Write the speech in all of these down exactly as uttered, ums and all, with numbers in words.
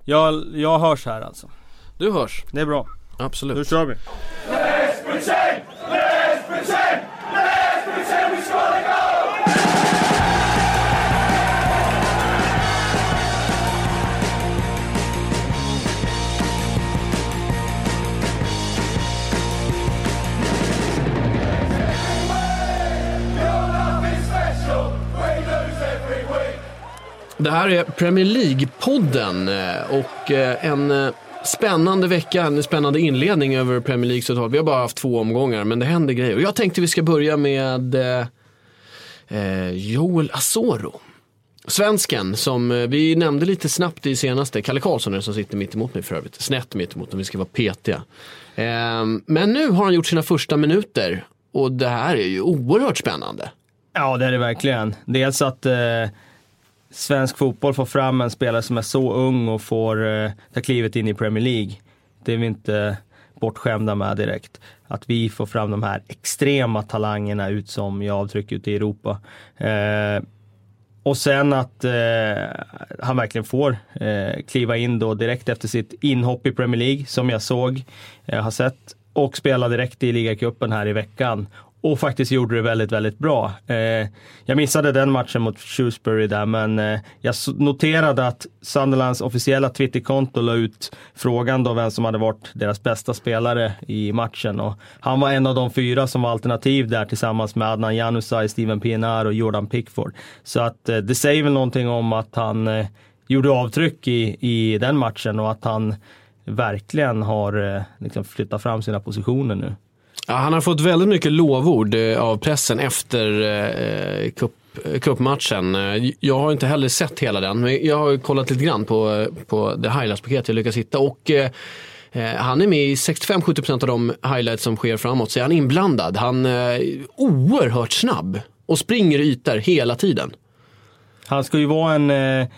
Jag, jag hörs här alltså. Du hörs. Det är bra. Absolut. Då kör vi. Let's pretend! Let's pretend! Let's pretend we score the goal! Det här är Premier League-podden och en spännande vecka, en spännande inledning över Premier League. Så vi har bara haft två omgångar, men det händer grejer. Och jag tänkte vi ska börja med eh, Joel Asoro. Svensken som vi nämnde lite snabbt i senaste. Kalle Karlsson är som sitter mitt emot mig för övrigt. Snett mitt emot om vi ska vara petiga. Eh, men nu har han gjort sina första minuter och det här är ju oerhört spännande. Ja, det är det verkligen. Dels att eh, svensk fotboll får fram en spelare som är så ung och får eh, ta klivet in i Premier League. Det är vi inte bortskämda med direkt. Att vi får fram de här extrema talangerna ut som i avtryck ute i Europa. Eh, och sen att eh, han verkligen får eh, kliva in då direkt efter sitt inhopp i Premier League som jag såg, eh, har sett, och spela direkt i ligacupen här i veckan. Och faktiskt gjorde det väldigt, väldigt bra. Eh, jag missade den matchen mot Shrewsbury där, men eh, jag noterade att Sunderlands officiella Twitterkonto la ut frågan då vem som hade varit deras bästa spelare i matchen. Och han var en av de fyra som var alternativ där tillsammans med Adnan Januzaj, Steven Pienaar och Jordan Pickford. Så att eh, det säger väl någonting om att han eh, gjorde avtryck i, i den matchen och att han verkligen har eh, liksom flyttat fram sina positioner nu. Ja, han har fått väldigt mycket lovord av pressen efter eh, cup, cupmatchen. Jag har inte heller sett hela den, men jag har kollat lite grann på, på det highlights-paket jag lyckas hitta. Och eh, han är med i sextiofem till sjuttio procent av de highlights som sker framåt. Så är han inblandad. Han är oerhört snabb och springer ytor hela tiden. Han ska ju vara en eh,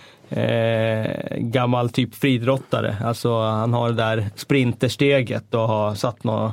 eh, gammal typ fridrottare. Alltså han har det där sprintersteget och har satt något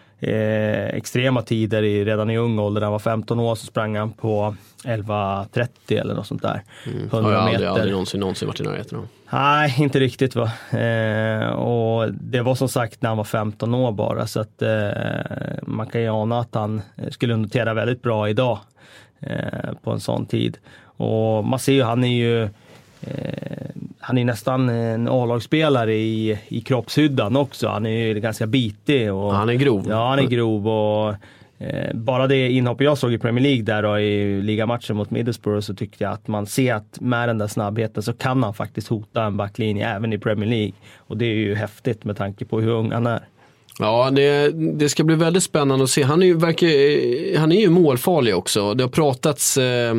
Eh, extrema tider i, redan i ung ålder. När han var femton år så sprang han på elva trettio eller något sånt där. Mm. hundra ja, meter. Jag har aldrig någonsin, någonsin varit i närheten av. Nej, inte riktigt va. Eh, och det var som sagt när han var femton år bara. Så att eh, man kan ju ana att han skulle notera väldigt bra idag eh, på en sån tid. Och man ser ju, han är ju Eh, han är nästan en A-lagsspelare i, i kroppshyddan också. Han är ju ganska bitig. Och, han är grov. Ja, han är grov. Och, eh, bara det inhopp jag såg i Premier League där då, i ligamatchen mot Middlesbrough, så tyckte jag att man ser att med den där snabbheten så kan han faktiskt hota en backlinje även i Premier League. Och det är ju häftigt med tanke på hur ung han är. Ja, det, det ska bli väldigt spännande att se. Han är ju, verkar, han är ju målfarlig också. Det har pratats... Eh...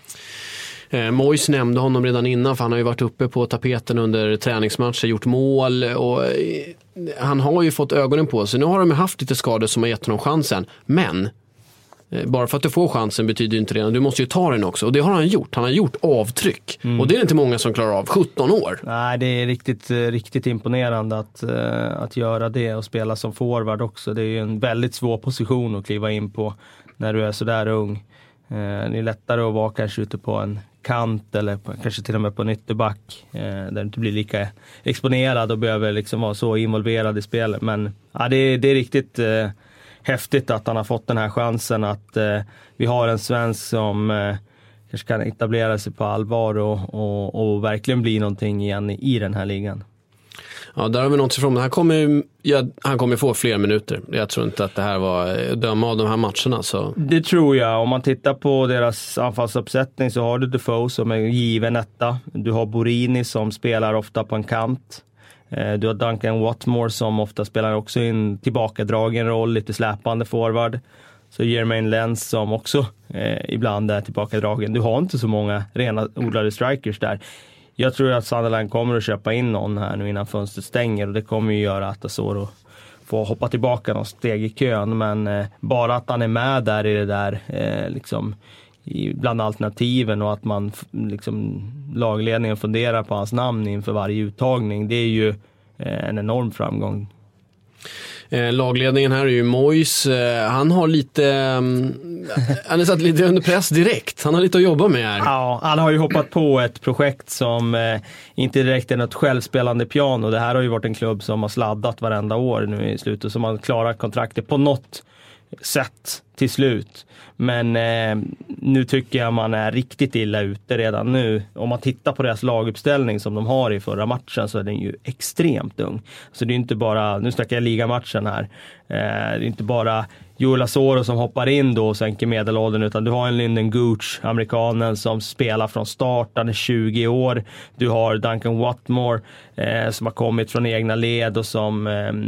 Eh, Moyes nämnde honom redan innan, för han har ju varit uppe på tapeten under träningsmatcher, gjort mål och eh, han har ju fått ögonen på sig. Nu har de haft lite skador som har gett honom chansen, men eh, bara för att du får chansen betyder inte det. Du måste ju ta den också, och det har han gjort. Han har gjort avtryck, mm. och det är inte många som klarar av. sjutton år. Nej, det är riktigt, riktigt imponerande att, uh, att göra det och spela som forward också. Det är ju en väldigt svår position att kliva in på när du är så där ung. Uh, det är lättare att vara kanske ute på en kant eller på, kanske till och med på en ytterback eh, där du inte blir lika exponerad och behöver liksom vara så involverad i spelet. Men ja, det, är, det är riktigt eh, häftigt att han har fått den här chansen, att eh, vi har en svensk som eh, kanske kan etablera sig på allvar och, och, och verkligen bli någonting igen i, i den här ligan. Ja, där har vi något ifrån. Han kommer, ja, han kommer få fler minuter. Jag tror inte att det här var döma av de här matcherna. Så. Det tror jag. Om man tittar på deras anfallsuppsättning så har du Defoe som är given etta. Du har Borini som spelar ofta på en kant. Du har Duncan Watmore som ofta spelar också i en tillbakadragen roll, lite släpande forward. Så Jermaine Lens som också eh, ibland är tillbakadragen. Du har inte så många rena odlade strikers där. Jag tror att Sunderland kommer att köpa in någon här nu innan fönstret stänger, och det kommer ju göra att Asoro får hoppa tillbaka någon steg i kön, men eh, bara att han är med där i det där eh, liksom i, bland alternativen, och att man liksom lagledningen funderar på hans namn inför varje uttagning, det är ju eh, en enorm framgång. Eh, lagledningen här är ju Moyes. Eh, han har lite um, han är satt lite under press direkt. Han har lite att jobba med här. Ja, han har ju hoppat på ett projekt som eh, inte direkt är något självspelande piano. Det här har ju varit en klubb som har sladdat varenda år nu i slutet, som har klarat kontraktet på något sätt till slut. Men eh, nu tycker jag man är riktigt illa ute redan nu. Om man tittar på deras laguppställning som de har i förra matchen, så är den ju extremt ung. Så det är inte bara, nu snackar jag ligamatchen här, eh, det är inte bara Joel Asoro som hoppar in då och sänker medelåldern, utan du har en Lyndon Gooch, amerikanen, som spelar från start, han är tjugo år. Du har Duncan Watmore eh, som har kommit från egna led och som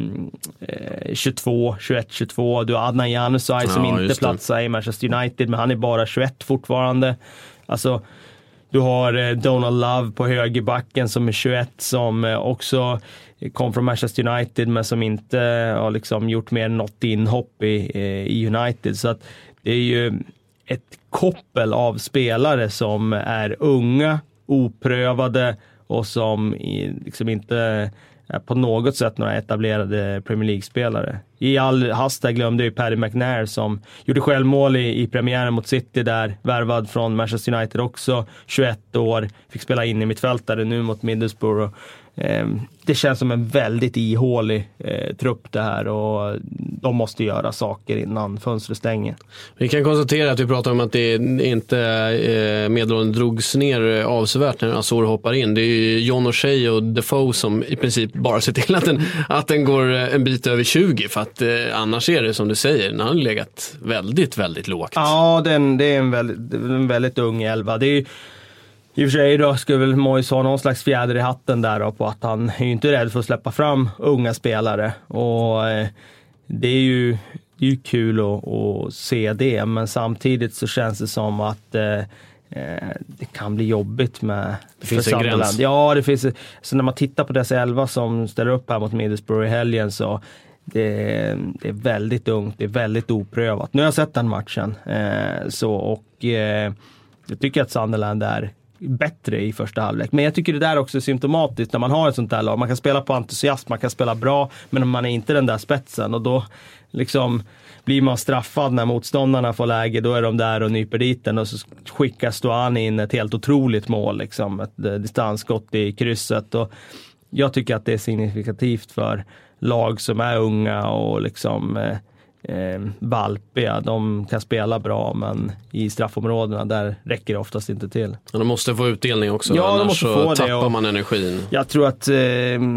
eh, tjugotvå, tjugoett, tjugotvå. Du har Adnan Januzaj som ja, inte platsar i Manchester United, men han är bara tjugoett fortfarande. Alltså, du har eh, Donald Love på högerbacken som är tjugoett, som eh, också kom från Manchester United men som inte har liksom gjort mer än något inhopp i, eh, i United. Så att det är ju ett koppel av spelare som är unga, oprövade och som i, liksom inte är på något sätt några etablerade Premier League-spelare. I all hast där glömde ju Paddy McNair som gjorde självmål i, i premiären mot City där, värvad från Manchester United också, tjugoett år, fick spela in i mittfältare nu mot Middlesbrough. Eh, det känns som en väldigt ihålig eh, trupp det här, och de måste göra saker innan fönstret stänger. Vi kan konstatera att vi pratar om att det inte eh, medelåldern drogs ner avsevärt när Asoro hoppar in. Det är ju John O'Shea och Defoe som i princip bara ser till att den, att den går en bit över tjugo, för att eh, annars är det som du säger, den har legat väldigt, väldigt lågt. Ja, den, det är en väldigt, en väldigt ung elva. Det är ju i och för sig då skulle väl Moyes ha någon slags fjäder i hatten där då, på att han är ju inte rädd för att släppa fram unga spelare, och eh, det är ju, det är ju kul att, att se det, men samtidigt så känns det som att eh, det kan bli jobbigt med det finns en gräns. Ja, det finns, så när man tittar på dessa elva som ställer upp här mot Middlesbrough i helgen, så det, det är väldigt ungt, det är väldigt oprövat. Nu har jag sett den matchen eh, så, och eh, jag tycker att Sunderland är bättre i första halvlek. Men jag tycker det där också är symptomatiskt när man har ett sånt där lag. Man kan spela på entusiasm, man kan spela bra, men man är inte den där spetsen, och då liksom blir man straffad när motståndarna får läge. Då är de där och nyper dit den, och så skickar Stoani in ett helt otroligt mål, liksom ett distansskott i krysset, och jag tycker att det är signifikativt för lag som är unga och liksom eh, Eh, valpiga. De kan spela bra, men i straffområdena där räcker det oftast inte till. Men de måste få utdelning också, ja, annars de måste så få tappar det, och man energin. jag tror att eh,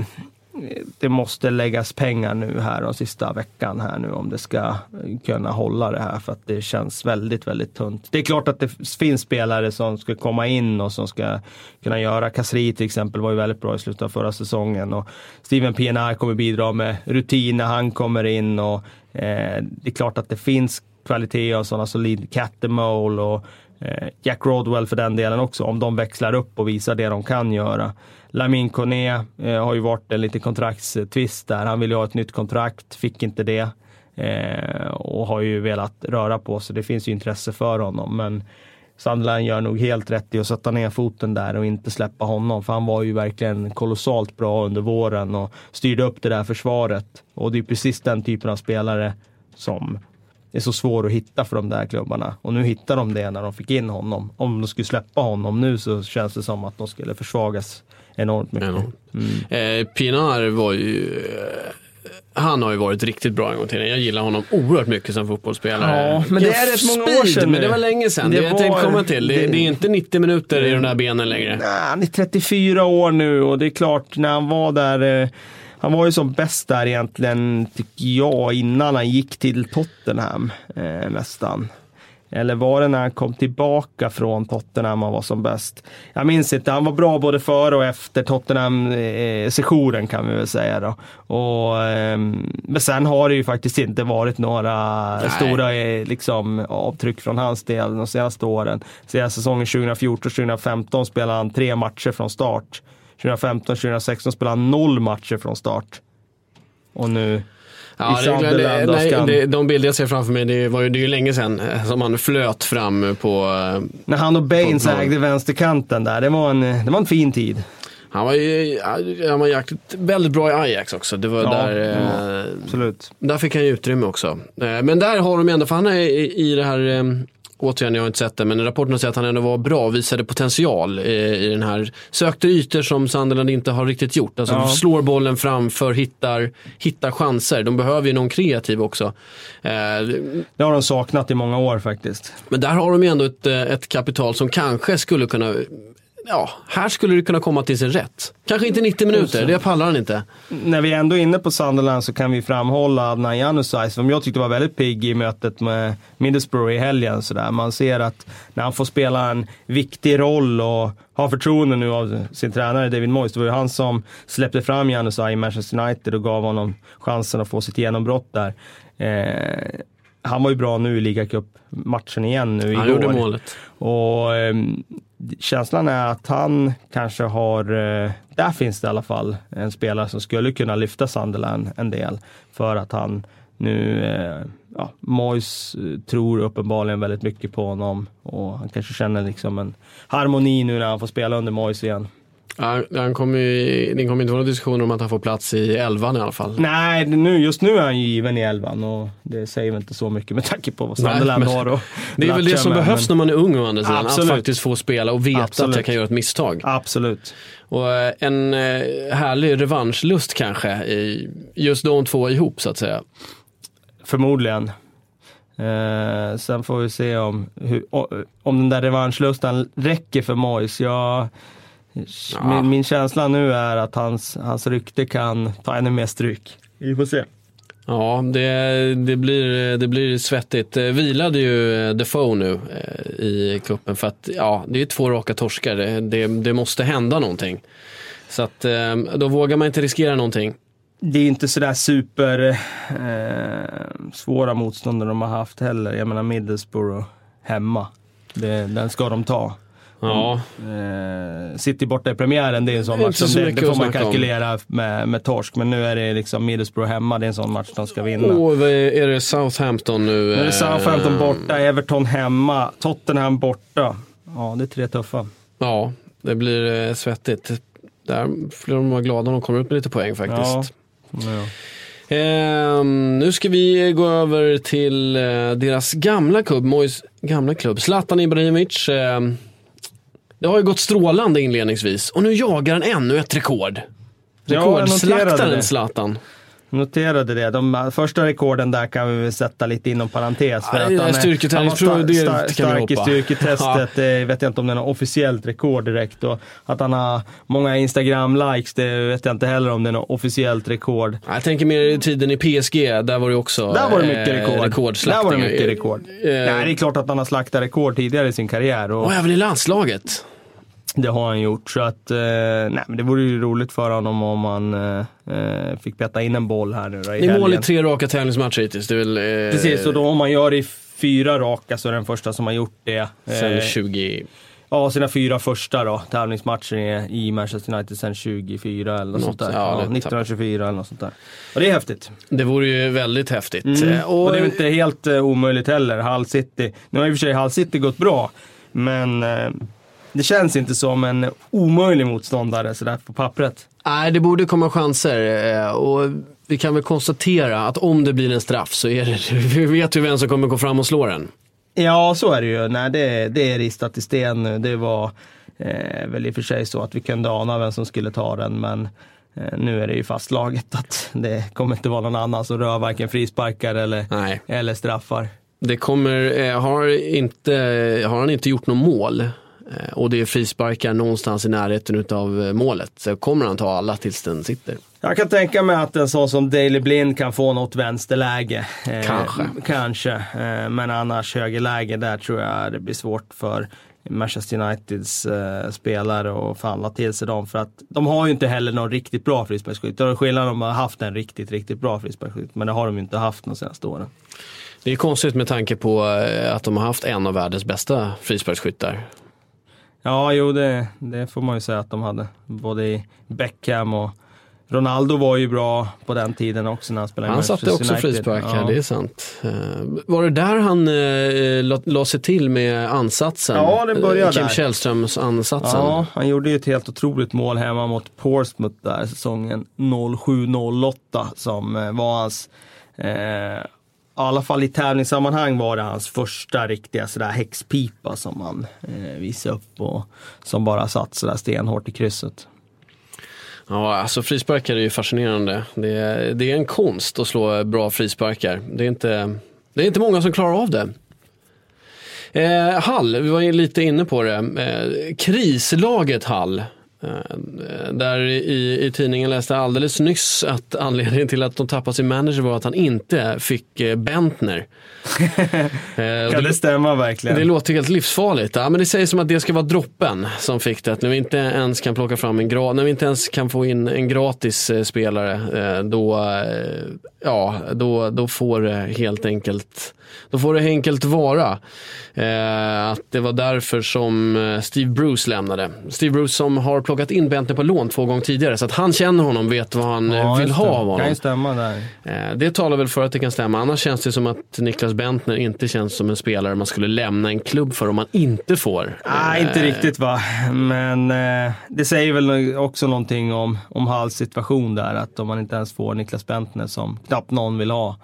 det måste läggas pengar nu här de sista veckan här nu om det ska kunna hålla det här, för att det känns väldigt, väldigt tunt. Det är klart att det finns spelare som ska komma in och som ska kunna göra. Kasri till exempel var ju väldigt bra i slutet av förra säsongen, och Steven Pienaar kommer bidra med rutin när han kommer in, och eh, det är klart att det finns kvalitet och sådana solid Catamole och eh, Jack Rodwell för den delen också, om de växlar upp och visar det de kan göra. Lamine Koné eh, har ju varit en liten kontraktstvist där. Han ville ha ett nytt kontrakt, fick inte det. Eh, och har ju velat röra på sig. Det finns ju intresse för honom. Men Sunderland gör nog helt rätt i att sätta ner foten där och inte släppa honom. För han var ju verkligen kolossalt bra under våren och styrde upp det där försvaret. Och det är precis den typen av spelare som är så svår att hitta för de där klubbarna. Och nu hittar de det när de fick in honom. Om de skulle släppa honom nu så känns det som att de skulle försvagas enormt mycket. Mm. Eh, Pienaar var ju... Han har ju varit riktigt bra en gång till. Jag gillar honom oerhört mycket som fotbollsspelare. Ja, men det är rätt många år sedan. Men det var länge sedan. Det, det jag tänkte komma till. Det, det, det är inte nittio minuter i de där benen längre. Nej, han är trettiofyra år nu, och det är klart, när han var där... Eh, han var ju som bäst där egentligen, tycker jag, innan han gick till Tottenham eh, nästan. Eller var det när han kom tillbaka från Tottenham han var som bäst? Jag minns inte, han var bra både före och efter Tottenham-sessionen eh, kan vi väl säga då. Och, eh, men sen har det ju faktiskt inte varit några Nej. stora eh, liksom, avtryck från hans del de senaste åren. Sedan säsongen tjugofjorton tjugofemton spelade han tre matcher från start. tjugofemton tjugosexton spelade han noll matcher från start. Och nu... Ja, det, det, nej, det, de bilder jag ser framför mig, det var ju, det är ju länge sedan som han flöt fram på... När han och Baines ägde vänsterkanten där, det var en, det var en fin tid. Han var ju han var jäkligt, väldigt bra i Ajax också. Det var Ja, där, ja, eh, absolut. Där fick han ju utrymme också. Eh, men där har de ändå, för han är i, i det här, eh, återigen jag har inte sett det, men rapporten säger att han ändå var bra, visade potential eh, i den här, sökte ytor som Sunderland inte har riktigt gjort. Alltså Ja. slår bollen framför, hittar, hittar chanser. De behöver ju någon kreativ också. Eh, Det har de saknat i många år faktiskt. men där har de ju ändå ett, ett kapital som kanske skulle kunna, ja, här skulle det kunna komma till sin rätt. Kanske inte nittio minuter, det pallar han inte. När vi ändå är inne på Sunderland så kan vi framhålla Adnan Januzaj som jag tyckte var väldigt pigg i mötet med Middlesbrough i helgen. Så där. Man ser att när han får spela en viktig roll och har förtroende nu av sin tränare David Moyes. Det var ju han som släppte fram Januzaj i Manchester United och gav honom chansen att få sitt genombrott där. Eh, han var ju bra nu i ligacup-matchen igen nu igår. Han gjorde målet. Och eh, känslan är att han kanske har, eh, där finns det i alla fall en spelare som skulle kunna lyfta Sunderland en del. För att han nu, eh, ja, Moyes tror uppenbarligen väldigt mycket på honom. Och han kanske känner liksom en harmoni nu när han får spela under Moyes igen. Ja, han kommer ju, det kommer inte vara några diskussioner om att han får plats i elvan i alla fall. Nej, nu, just nu är han ju given i elvan och det säger väl inte så mycket med tanke på vad Sunderland Nej, har. Och det är väl det som med, behövs men... när man är ung å andra sidan, Absolut. att faktiskt få spela och veta Absolut. att jag kan göra ett misstag. Absolut. Och eh, en eh, härlig revanschlust kanske, i just de två ihop så att säga. Förmodligen. Eh, sen får vi se om, hur, om den där revanschlusten räcker för Moyes. Jag... Ja. Min, min känsla nu är att hans, hans rykte kan ta ännu mer stryk. Vi får se. Ja, det, det, blir, det blir svettigt. Vilade ju Defoe nu eh, i kuppen för att ja, det är två raka torskar. Det, det, det måste hända någonting. Så att eh, då vågar man inte riskera någonting. Det är inte sådär super eh, svåra motståndare de har haft heller. Jag menar Middlesbrough hemma. Det, den ska de ta. Ja. Eh, City borta i premiären, det är en sån Det är match inte som så det, mycket det att får man snacka om. kalkylera med, med torsk. Men nu är det liksom Middlesbrough hemma, det är en sån match de ska vinna. Och är det Southampton nu? Nu är det Southampton Eh, borta, Everton hemma, Tottenham borta. Ja, det är tre tuffa. Ja, det blir eh, svettigt. Där får de vara glada om de kommer upp med lite poäng faktiskt. Ja. Ja. Eh, nu ska vi gå över till eh, deras gamla klubb, Moyes gamla klubb, Zlatan Ibrahimovic. Eh, det har ju gått strålande inledningsvis och nu jagar han ännu ett rekord. Ja, jag noterade Rekordslaktaren det. Zlatan. Noterade det. De första rekorden där kan vi väl sätta lite inom parentes. För Ja, att det är han är, styrketräningsprov, han var det sta- kan vi stark i hoppa. styrketestet. Det vet jag inte om det är något officiellt rekord direkt. Och att han har många Instagram-likes, det vet jag inte heller om det är något officiellt rekord. Jag tänker mer i tiden i P S G, där var det också Där var det mycket eh, rekord. Där rekordslaktningar. var det mycket rekord. Eh, Nej, det är klart att han har slaktat rekord tidigare i sin karriär. Och och även i landslaget. det har han gjort. Så att, eh, nej, men det vore ju roligt för honom om han eh, fick betta in en boll här nu då, i Det är mål i helgen. tre raka tävlingsmatcher hittills. Det är väl, eh, Precis, och då om man gör i fyra raka så är den första som har gjort det. sen Eh, tjugo. Ja, sina fyra första då, tävlingsmatcher i Manchester United sen tjugofyra eller något, Något, sånt där. ja, Ja, det- nittonhundratjugofyra eller något sånt där. Och det är häftigt. Det vore ju väldigt häftigt. Mm. Eh, Och det är inte helt uh, omöjligt heller. Hull City, nu har i och för sig Hull City gått bra, men uh, det känns inte som en omöjlig motståndare sådär på pappret. Nej, det borde komma chanser eh, och vi kan väl konstatera att om det blir en straff så är det, vi vet ju vem som kommer gå fram och slå den. Ja, så är det ju. Nej, det, det är ristat i sten nu. Det var eh, väl i och för sig så att vi kunde ana vem som skulle ta den, men eh, nu är det ju fastslaget att det kommer inte vara någon annan som rör varken frisparkar eller, Nej. eller straffar. Det kommer, eh, har, inte, har han inte gjort något mål eh, och det är frisparkar någonstans i närheten av målet så kommer han ta alla tills den sitter. Jag kan tänka mig att en sån som Daley Blind kan få något vänsterläge. Eh, Kanske. Kanske. Eh, men annars högerläge, där tror jag det blir svårt för Manchester Uniteds eh, spelare att förhandla till sig dem. För att de har ju inte heller någon riktigt bra frisparksskytt. Det är skillnad om de har haft en riktigt, riktigt bra frisparksskytt. Men det har de ju inte haft de senaste åren. Det är konstigt med tanke på eh, att de har haft en av världens bästa frisparksskyttar. Ja, jo, det, det får man ju säga att de hade. Både i Beckham och Ronaldo var ju bra på den tiden också när han spelade i Han Manchester satte också United. frispark här, Ja. det är sant. Uh, var det där han uh, la, la sig till med ansatsen? Ja, det började uh, Kim där. Källströms ansatsen. Ja, han gjorde ju ett helt otroligt mål hemma mot Portsmouth där säsongen noll sju noll åtta som eh, var hans, eh, i alla fall i tävlingssammanhang var det hans första riktiga sådär häxpipa som han eh, visade upp och som bara satt sådär stenhårt i krysset. Ja, alltså frisparkar är ju fascinerande. Det är, det är en konst att slå bra frisparkar. Det är inte, det är inte många som klarar av det. Eh, Hall, vi var lite inne på det. Eh, krislaget Hall. Eh, där i, i tidningen läste jag alldeles nyss att anledningen till att de tappade sin manager var att han inte fick eh, Bentner. eh, kan det stämma verkligen? Det låter helt livsfarligt. Ja, men det sägs som att det ska vara droppen som fick det. Att när vi inte ens kan plocka fram en gra- när vi inte ens kan få in en gratis eh, spelare eh, då, eh, ja, då, då får det helt enkelt då får det enkelt vara eh, att det var därför som Steve Bruce lämnade. Steve Bruce som har plockat in Bentner på lån två gånger tidigare så att han känner honom, vet vad han ja, vill ha av honom. Kan ju stämma där. Eh, det talar väl för att det kan stämma. Annars känns det som att Niklas Bentner inte känns som en spelare man skulle lämna en klubb för om man inte får. Nej, eh, inte riktigt va. Men eh, det säger väl också någonting om, om Halls situation där. Att om man inte ens får Niklas Bentner som knappt någon vill ha.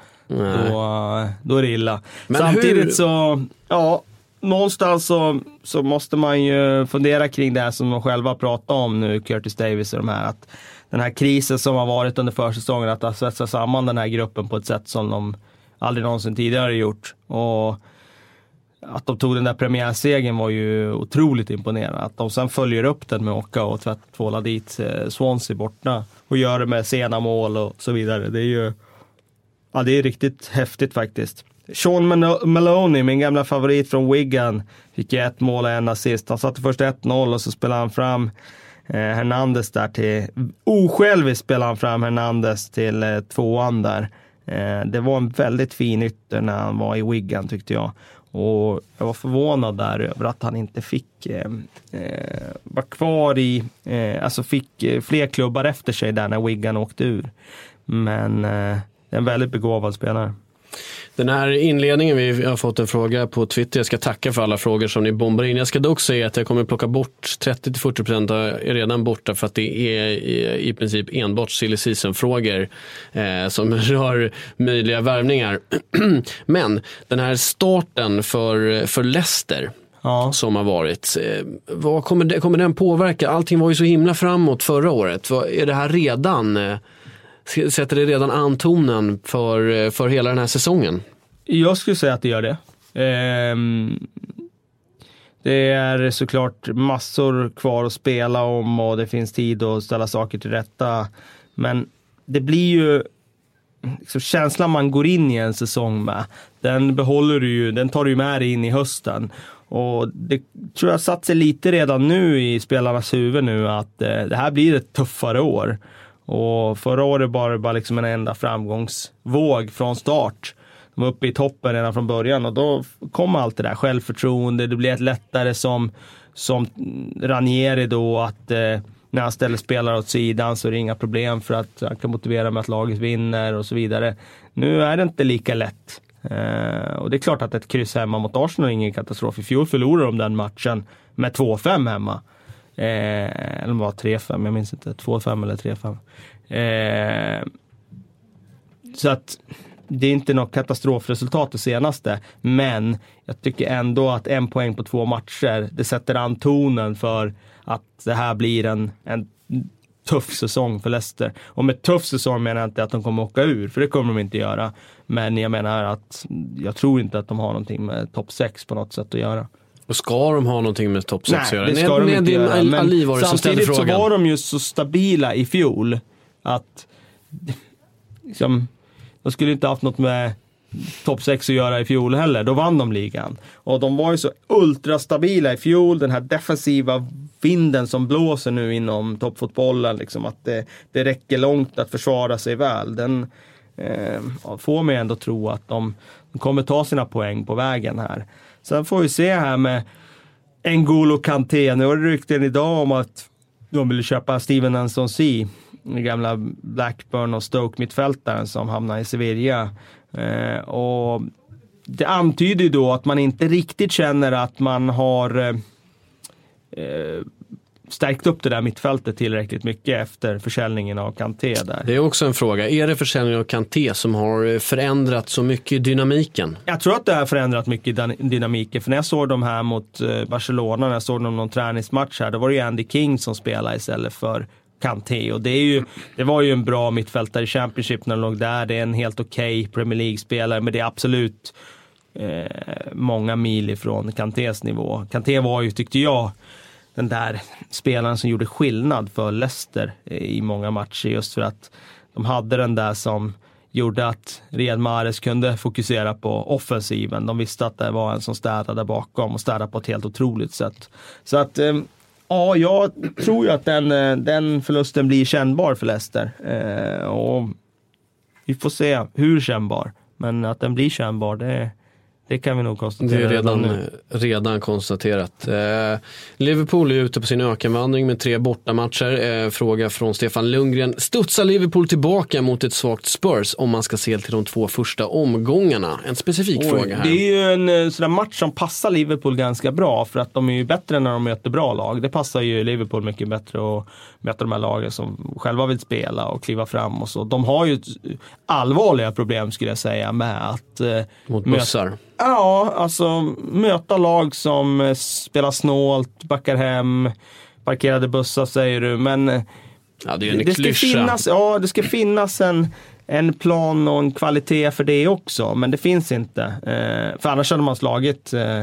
Då, då är det illa. Men samtidigt hur? så, ja, någonstans så, så måste man ju fundera kring det här som de själva pratar om nu, Curtis Davis och de här, att den här krisen som har varit under försäsongen, att ha svetsat samman den här gruppen på ett sätt som de aldrig någonsin tidigare gjort. Och att de tog den där premiärsegen var ju otroligt imponerande. Att de sen följer upp den med att åka och tvätttvåla dit Swansea borta och gör det med sena mål och så vidare. Det är ju Ja, det är riktigt häftigt faktiskt. Sean Maloney, min gamla favorit från Wigan, fick ett mål och en assist. Han satte först ett noll och så spelade han fram eh, Hernandez där till... Osjälviskt spelade han fram Hernandez till eh, tvåan där. Eh, det var en väldigt fin ytter när han var i Wigan tyckte jag. Och jag var förvånad där över att han inte fick eh, eh, vara kvar i... Eh, alltså fick eh, fler klubbar efter sig där när Wigan åkte ur. Men... Eh, en väldigt begåvad spelare. Den här inledningen, vi har fått en fråga på Twitter. Jag ska tacka för alla frågor som ni bombar in. Jag ska dock säga att jag kommer plocka bort trettio till fyrtio procent är redan borta för att det är i, i princip enbart silly season-frågor eh, som rör möjliga värvningar. Men den här starten för, för Leicester ja. som har varit, eh, vad kommer, det, kommer den påverka? Allting var ju så himla framåt förra året. Vad, är det här redan... Eh, Sätter det redan antonen för, för hela den här säsongen? Jag skulle säga att det gör det. Ehm, det är såklart massor kvar att spela om och det finns tid att ställa saker till rätta. Men det blir ju liksom, känslan man går in i en säsong med. Den behåller du ju, den tar du med dig in i hösten. Och det tror jag satt sig lite redan nu i spelarnas huvud nu att eh, det här blir ett tuffare år. Och förra året var det bara liksom en enda framgångsvåg från start. De var uppe i toppen redan från början och då kom allt det där självförtroende. Det blev ett lättare som, som Ranieri då att eh, när han ställer spelare åt sidan så är det inga problem för att han kan motivera med att laget vinner och så vidare. Nu är det inte lika lätt. Eh, och det är klart att ett kryss hemma mot Arsenal är ingen katastrof. I fjol förlorade de den matchen med två fem hemma. Eh, eller var tre fem, jag minns inte, två fem eller tre fem. Eh, så att det är inte något katastrofresultat det senaste, men jag tycker ändå att en poäng på två matcher, det sätter an tonen för att det här blir en, en tuff säsong för Leicester. Och med tuff säsong menar jag inte att de kommer åka ur, för det kommer de inte göra. Men jag menar att jag tror inte att de har någonting med topp sex på något sätt att göra. Och ska de ha någonting med topp sex att göra? Nej, det ska nej, de inte nej, göra. Al- Men Ali var det som ställde samtidigt frågan. Så var de ju så stabila i fjol att liksom, de skulle inte haft något med topp sex att göra i fjol heller. Då vann de ligan. Och de var ju så ultrastabila i fjol. Den här defensiva vinden som blåser nu inom toppfotbollen. Liksom, att det, det räcker långt att försvara sig väl. Den eh, får mig ändå tro att de, de kommer ta sina poäng på vägen här. Sen får vi se här med N'Golo Kanté. Nu har det rykten idag om att de vill köpa Steven Anson-C. gamla Blackburn och Stoke-mittfältaren som hamnar i Sevilla. Eh, och det antyder ju då att man inte riktigt känner att man har eh, stärkt upp det där mittfältet tillräckligt mycket efter försäljningen av Kanté där. Det är också en fråga. Är det försäljningen av Kanté som har förändrat så mycket i dynamiken? Jag tror att det har förändrat mycket i dynamiken. För när jag såg dem här mot Barcelona, när jag såg dem någon träningsmatch här, då var det ju Andy King som spelade istället för Kanté. Och det, är ju, det var ju en bra mittfältare i Championship när de låg där. Det är en helt okej okay Premier League-spelare, men det är absolut eh, många mil ifrån Kantés nivå. Kanté var ju, tyckte jag, den där spelaren som gjorde skillnad för Leicester i många matcher, just för att de hade den där som gjorde att Riyad Mahrez kunde fokusera på offensiven. De visste att det var en som städade där bakom och städade på ett helt otroligt sätt. Så att ja, jag tror ju att den, den förlusten blir kännbar för Leicester. Och vi får se hur kännbar, men att den blir kännbar, det Det kan vi nog konstatera. Det är redan, redan konstaterat. Eh, Liverpool är ute på sin ökenvandring med tre bortamatcher. Eh, fråga från Stefan Lundgren. Studsar Liverpool tillbaka mot ett svagt Spurs om man ska se till de två första omgångarna? En specifik Oj, fråga här. Det är ju en sån där match som passar Liverpool ganska bra, för att de är ju bättre när de möter bra lag. Det passar ju Liverpool mycket bättre att möta de här lagen som själva vill spela och kliva fram och så. De har ju allvarliga problem, skulle jag säga, med att eh, mot bussar. Möta Ja, alltså möta lag som spelar snålt, backar hem, parkerade bussar säger du, men ja, det, är en det ska finnas, ja, det ska finnas en, en plan och en kvalitet för det också, men det finns inte. Eh, för annars hade man slagit eh,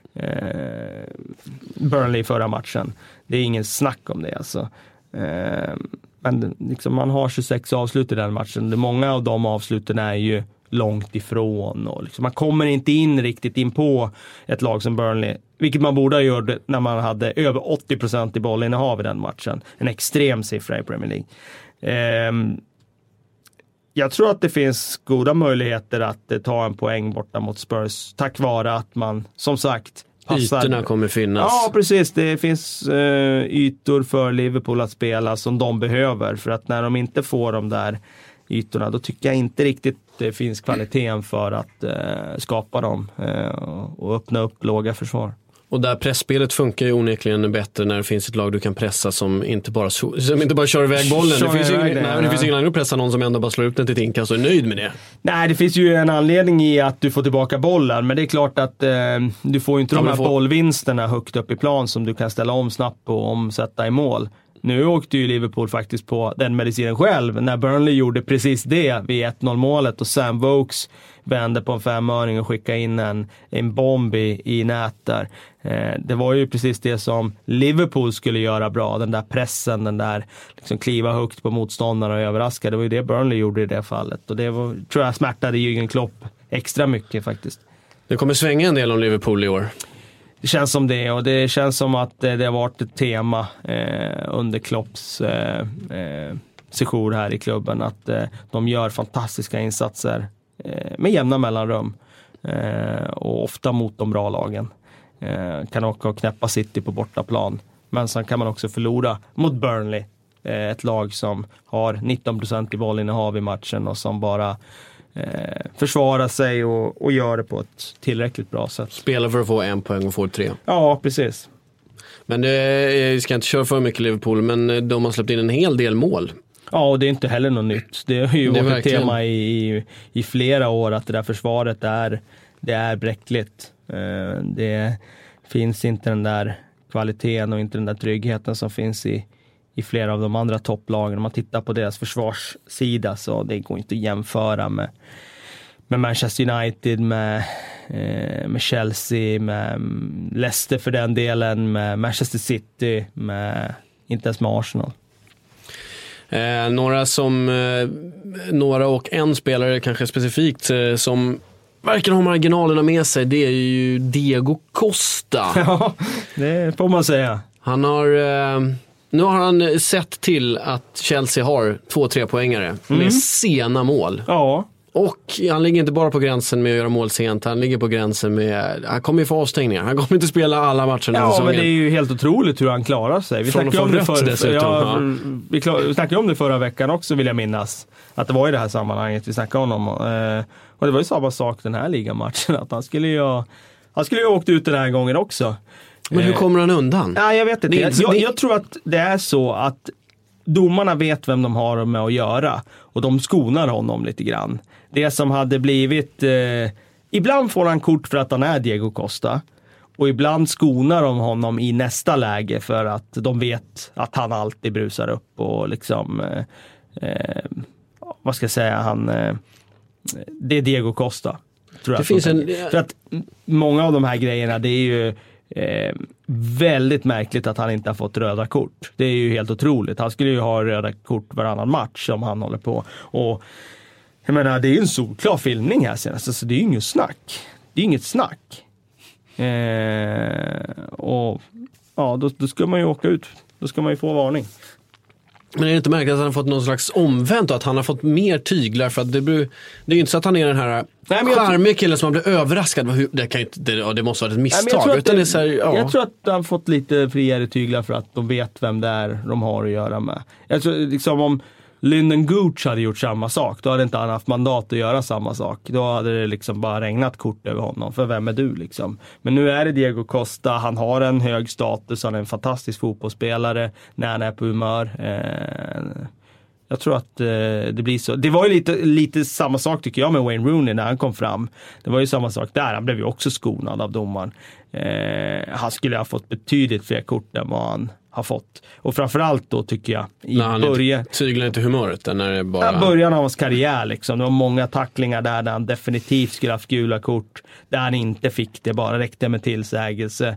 eh, Burnley i förra matchen. Det är ingen snack om det alltså. Eh, men liksom, man har tjugosex avslut i den matchen. Det, många av de avsluten är ju långt ifrån och liksom, man kommer inte in riktigt in på ett lag som Burnley, vilket man borde ha gjort när man hade över åttio procent i bollinnehav i den matchen. En extrem siffra i Premier League. Ehm, jag tror att det finns goda möjligheter att eh, ta en poäng borta mot Spurs, tack vare att man, som sagt, passar. Ytorna kommer finnas. Ja, precis. Det finns eh, ytor för Liverpool att spela som de behöver, för att när de inte får de där ytorna, då tycker jag inte riktigt det finns kvaliteten för att eh, skapa dem eh, och öppna upp låga försvar. Och där pressspelet funkar ju onekligen bättre när det finns ett lag du kan pressa som inte bara, som inte bara kör iväg bollen. Kör det finns ju ingen, det, nej, ja. det finns ingen anledning att pressa någon som ändå bara slår ut den till ett inkast och är nöjd med det. Nej, det finns ju en anledning i att du får tillbaka bollen, men det är klart att eh, du får ju inte ja, de här får... bollvinsterna högt upp i plan som du kan ställa om snabbt och omsätta i mål. Nu åkte ju Liverpool faktiskt på den medicinen själv när Burnley gjorde precis det vid ett noll målet och Sam Vokes vände på en femöring och skickade in en, en bomb i, i nät där. Eh, det var ju precis det som Liverpool skulle göra bra, den där pressen, den där liksom kliva högt på motståndarna och överraska. Det var ju det Burnley gjorde i det fallet, och det var, tror jag smärtade Jürgen Klopp extra mycket faktiskt. Det kommer svänga en del om Liverpool i år. Det känns som det, och det känns som att det har varit ett tema eh, under Klopps eh, eh, sejour här i klubben, att eh, de gör fantastiska insatser eh, med jämna mellanrum eh, och ofta mot de bra lagen. Eh, kan åka och knäppa City på bortaplan, men sen kan man också förlora mot Burnley, eh, ett lag som har nitton procent i bollinnehav i matchen och som bara Eh, försvara sig och, och göra det på ett tillräckligt bra sätt. Spela för att få en poäng och få tre. Ja, precis. Men det, jag ska inte köra för mycket Liverpool, men de har släppt in en hel del mål. Ja, och det är inte heller något nytt. Det är ju det varit ett tema i, i, i flera år att det där försvaret är, det är bräckligt. Eh, det finns inte den där kvaliteten och inte den där tryggheten som finns i i flera av de andra topplagen. Om man tittar på deras försvarssida så det går inte att jämföra med, med Manchester United, med, eh, med Chelsea, med Leicester för den delen, med Manchester City, med, inte ens med Arsenal. Eh, några som eh, några och en spelare kanske specifikt eh, som verkar ha marginalerna med sig, det är ju Diego Costa. Ja, det får man säga. Han har eh, Nu har han sett till att Chelsea har två tre poängare mm. med sena mål. Ja. Och han ligger inte bara på gränsen med att göra mål sent. Han ligger på gränsen med... Han kommer ju få avstängningar. Han kommer inte spela alla matcher den ja, säsongen. Men det är ju helt otroligt hur han klarar sig. Vi snackade om det för, dessutom, ja, ja. Vi, klar, vi snackade om det förra veckan också, vill jag minnas. Att det var i det här sammanhanget vi snackade om honom. Eh, och det var ju samma sak den här ligamatchen. Att han skulle ju han skulle ju ha åkt ut den här gången också. Men hur kommer han undan? Nej, jag vet inte. Det, jag, det, jag tror att det är så att domarna vet vem de har med att göra. Och de skonar honom lite grann. Det som hade blivit... Eh, ibland får han kort för att han är Diego Costa. Och ibland skonar de honom i nästa läge för att de vet att han alltid brusar upp. Och liksom... Eh, eh, vad ska jag säga? Han... Eh, det är Diego Costa. Tror jag det finns en... För att många av de här grejerna, det är ju... Eh, väldigt märkligt att han inte har fått röda kort. Det är ju helt otroligt. Han skulle ju ha röda kort varannan match som han håller på. Och jag menar, det är ju en solklar filmning här senast. Så det är ju inget snack. Det är inget snack. Eh, och ja, då, då ska man ju åka ut. Då ska man ju få varning. Men är det inte märkligt att han har fått någon slags omvänt och att han har fått mer tyglar? För att det, blir, det är ju inte så att han är den här charmiga killen som man blir överraskad. Det, kan inte, det, det måste vara ett misstag. Nej, jag, tror det, det är så här, ja. jag tror att han har fått lite friare tyglar för att de vet vem det är de har att göra med. Jag tror liksom om Lyndon Gooch hade gjort samma sak, då hade inte han haft mandat att göra samma sak. Då hade det liksom bara regnat kort över honom. För vem är du liksom? Men nu är det Diego Costa. Han har en hög status. Han är en fantastisk fotbollsspelare när han är på humör. Eh, jag tror att eh, det blir så. Det var ju lite, lite samma sak tycker jag med Wayne Rooney när han kom fram. Det var ju samma sak där. Han blev ju också skonad av domaren. Eh, han skulle ha fått betydligt fler kort än vad han har fått. Och framförallt då tycker jag i början... Tyglar inte humöret när det bara... Ja, början av hans karriär liksom. Det var många tacklingar där, där han definitivt skulle ha haft gula kort. Där han inte fick det, bara räckte med tillsägelse.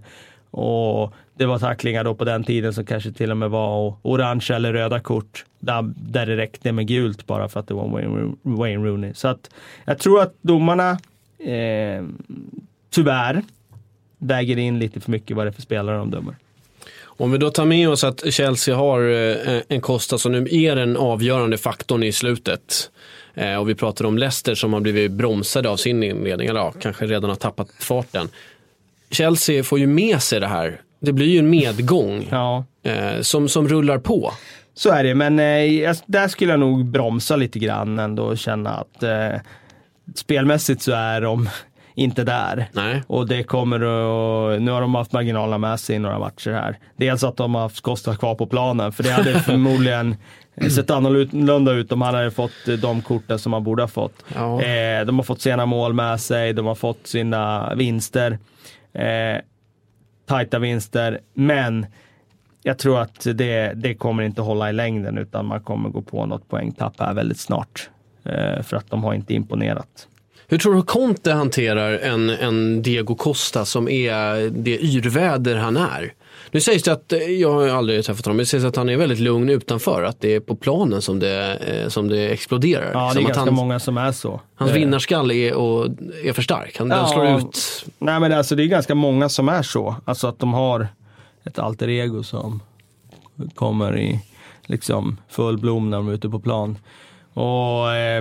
Och det var tacklingar då på den tiden som kanske till och med var orange eller röda kort. Där, där det räckte med gult bara för att det var Wayne, Wayne Rooney. Så att jag tror att domarna eh, tyvärr väger in lite för mycket vad det är för spelare de dömer. Om vi då tar med oss att Chelsea har en Costa som nu är den avgörande faktorn i slutet. Och vi pratar om Leicester som har blivit bromsade av sin inledning, eller ja, kanske redan har tappat farten. Chelsea får ju med sig det här. Det blir ju en medgång ja. eh, som, som rullar på. Så är det, men eh, där skulle jag nog bromsa lite grann ändå och känna att eh, spelmässigt så är de inte där. Nej. Och det kommer att, nu har de haft marginalerna med sig i några matcher här. Dels att de har haft Costa kvar på planen, för det hade förmodligen sett annorlunda ut om han hade fått de korten som han borde ha fått. Ja. Eh, de har fått sena mål med sig, de har fått sina vinster. Eh, tajta vinster, men jag tror att det, det kommer inte hålla i längden, utan man kommer gå på något poängtapp här väldigt snart. Eh, för att de har inte imponerat. Hur tror du Conte hanterar en, en Diego Costa som är det yrväder han är? Nu sägs det att, jag har aldrig träffat honom, men det sägs att han är väldigt lugn utanför, att det är på planen som det, som det exploderar. Ja, det är som ganska han, många som är så. Hans vinnarskall är, och, är för stark, han ja, slår ut. Nej, men alltså, det är ganska många som är så. Alltså att de har ett alter ego som kommer i liksom full blom när de är ute på plan. Och eh,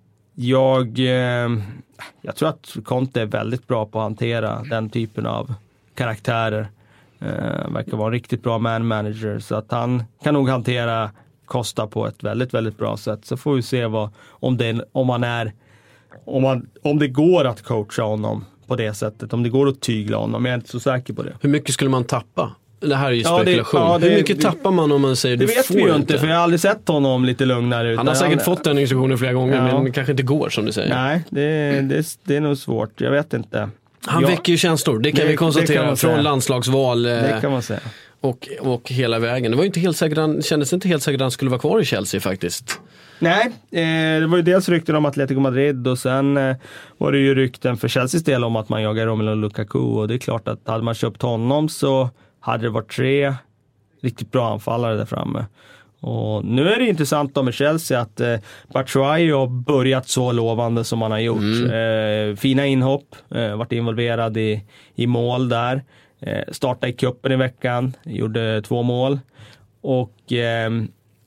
jag, eh, jag tror att Conte är väldigt bra på att hantera den typen av karaktärer. Uh, verkar vara en riktigt bra man manager, så att han kan nog hantera Costa på ett väldigt, väldigt bra sätt. Så får vi se vad, om, det, om, man är, om, man, om det går att coacha honom på det sättet, om det går att tygla honom. Jag är inte så säker på det. Hur mycket skulle man tappa? Det här är ju ja, spekulation. Det, ja, det, Hur mycket det, tappar man om man säger det du vet får vi ju inte, inte, för jag har aldrig sett honom lite lugnare. Han har säkert han, fått den instruktionen flera gånger, ja. Men det kanske inte går som du säger. Nej, det, det, det är nog svårt. Jag vet inte. Han ja. väcker ju känslor, det kan det, vi konstatera, kan från landslagsval det kan man säga. Och, och hela vägen. Det var ju inte helt säkert, han kändes inte helt säkert att han skulle vara kvar i Chelsea faktiskt. Nej, eh, det var ju dels rykten om Atletico Madrid, och sen eh, var det ju rykten för Chelseas del om att man jagar Romelu Lukaku, och det är klart att hade man köpt honom så hade det varit tre riktigt bra anfallare där framme. Och nu är det intressant då med Chelsea att eh, Batshuayi har börjat så lovande som han har gjort. Mm. Eh, fina inhopp, eh, varit involverad i, i mål där. Eh, startade i cupen i veckan, gjorde två mål. Och eh,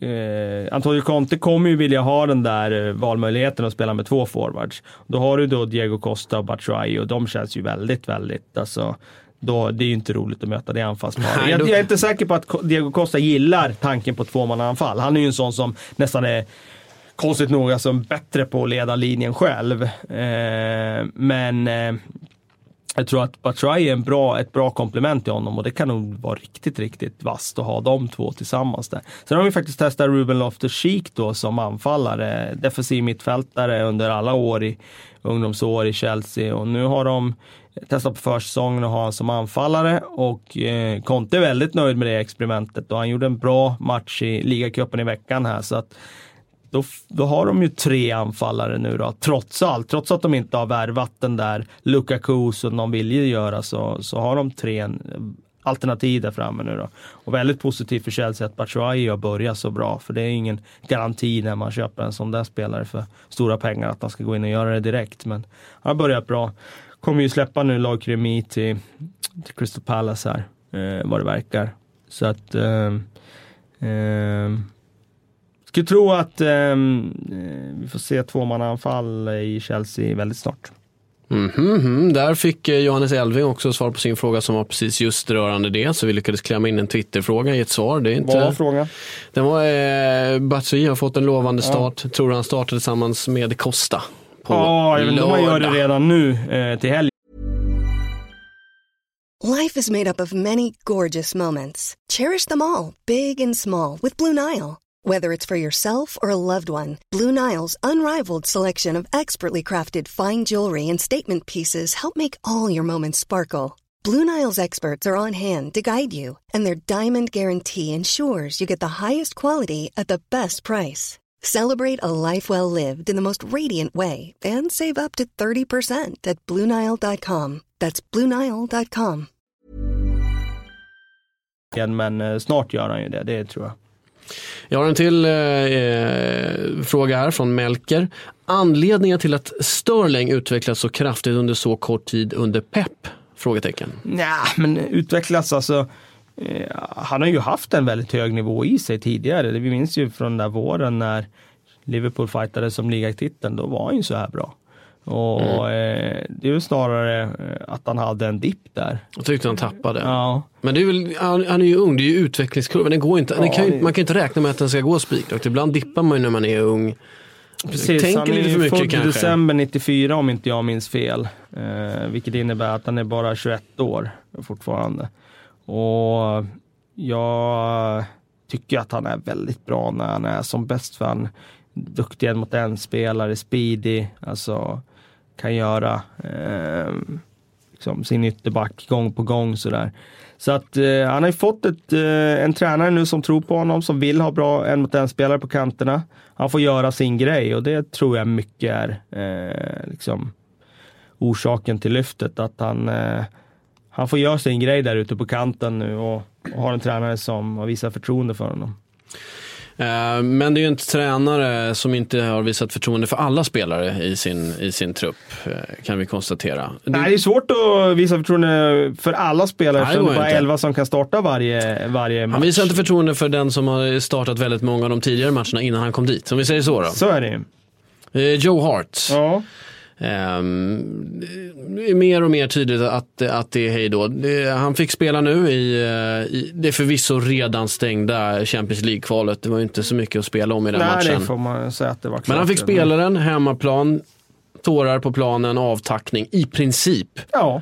eh, Antonio Conte kommer ju vilja ha den där eh, valmöjligheten att spela med två forwards. Då har du då Diego Costa och Batshuayi och de känns ju väldigt, väldigt alltså, då, det är ju inte roligt att möta det anfallsparet. Jag, jag är inte säker på att Diego Costa gillar tanken på tvåmannaanfall. Han är ju en sån som nästan är konstigt nog alltså bättre på att leda linjen själv. Eh, men eh, jag tror att Batshuayi är en bra, ett bra komplement till honom och det kan nog vara riktigt, riktigt vasst att ha de två tillsammans där. Sen har vi faktiskt testat Ruben Loftus-Cheek då som anfallare, defensiv mittfältare under alla år i ungdomsår i Chelsea och nu har de testat på försäsongen och har han som anfallare och eh, Conte är väldigt nöjd med det experimentet och han gjorde en bra match i ligacupen i veckan här så att Då, då har de ju tre anfallare nu då, trots allt. Trots att de inte har värvat den där Lukaku som de vill ju göra så, så har de tre alternativ där framme nu då. Och väldigt positivt för Chelsea att Batshuayi har börjat så bra. För det är ingen garanti när man köper en sån där spelare för stora pengar att han ska gå in och göra det direkt. Men han har börjat bra. Kommer ju släppa nu Lagkremi till, till Crystal Palace här, eh, vad det verkar. Så att... Eh, eh, Jag tror att eh, vi får se tvåmannaanfall i Chelsea väldigt snart. Mm-hmm. Där fick Johannes Elving också svar på sin fråga som var precis just rörande det. Så vi lyckades klämma in en Twitterfråga i ett svar. Det är inte... Vad var frågan? Den var eh, Batshuayi har fått en lovande start. Ja. Tror han startar tillsammans med Costa på Ja, jag vet inte om man gör det redan nu eh, till helgen. Life is made up of many gorgeous moments. Cherish them all, big and small, with Blue Nile. Whether it's for yourself or a loved one, Blue Nile's unrivaled selection of expertly crafted fine jewelry and statement pieces help make all your moments sparkle. Blue Nile's experts are on hand to guide you, and their diamond guarantee ensures you get the highest quality at the best price. Celebrate a life well lived in the most radiant way and save up to thirty percent at Blue Nile dot com. That's Blue Nile dot com. Men snart gör han ju det, det tror jag. Jag har en till eh, fråga här från Melker. Anledningen till att Sterling utvecklas så kraftigt under så kort tid under Pep? Frågetecken. Ja, men utvecklas alltså... Eh, han har ju haft en väldigt hög nivå i sig tidigare. Vi minns ju från den där våren när Liverpool fightade som ligatiteln. Då var han ju så här bra. Och mm. eh, det är ju snarare att han hade en dipp där. Jag tyckte han tappade. Ja. Men det är väl, han, han är ju ung, det är ju utvecklingskurvan. Den går inte, ja, den kan ju, man kan ju inte räkna med att den ska gå spikrakt. Ibland dippar man ju när man är ung. Precis, tänker han är lite för mycket kanske. december nittiofyra om inte jag minns fel. Eh, vilket innebär att han är bara tjugoett år fortfarande. Och jag tycker att han är väldigt bra när han är som bäst, för han duktig mot en spelare, speedy, alltså kan göra eh, liksom sin ytterback gång på gång sådär. Så att eh, han har ju fått ett, eh, en tränare nu som tror på honom, som vill ha bra en mot en spelare på kanterna. Han får göra sin grej och det tror jag mycket är eh, liksom orsaken till lyftet, att han eh, han får göra sin grej där ute på kanten nu och, och har en tränare som har visat förtroende för honom. Men det är ju en tränare som inte har visat förtroende för alla spelare i sin, i sin trupp, kan vi konstatera. Nej, det är svårt att visa förtroende för alla spelare, Nej, för det är bara inte. elva som kan starta varje, varje match. Han visar inte förtroende för den som har startat väldigt många av de tidigare matcherna innan han kom dit, om vi säger så då. Så är det ju. Joe Hart. Ja. Um, det är mer och mer tydligt att, att det är hej då. Det, han fick spela nu i, i det förvisso redan stängda Champions League-kvalet. Det var ju inte så mycket att spela om i den Nej, matchen. Nej, det får man säga att det var klart. Men han fick spela den, hemmaplan, tårar på planen, avtackning i princip. Ja.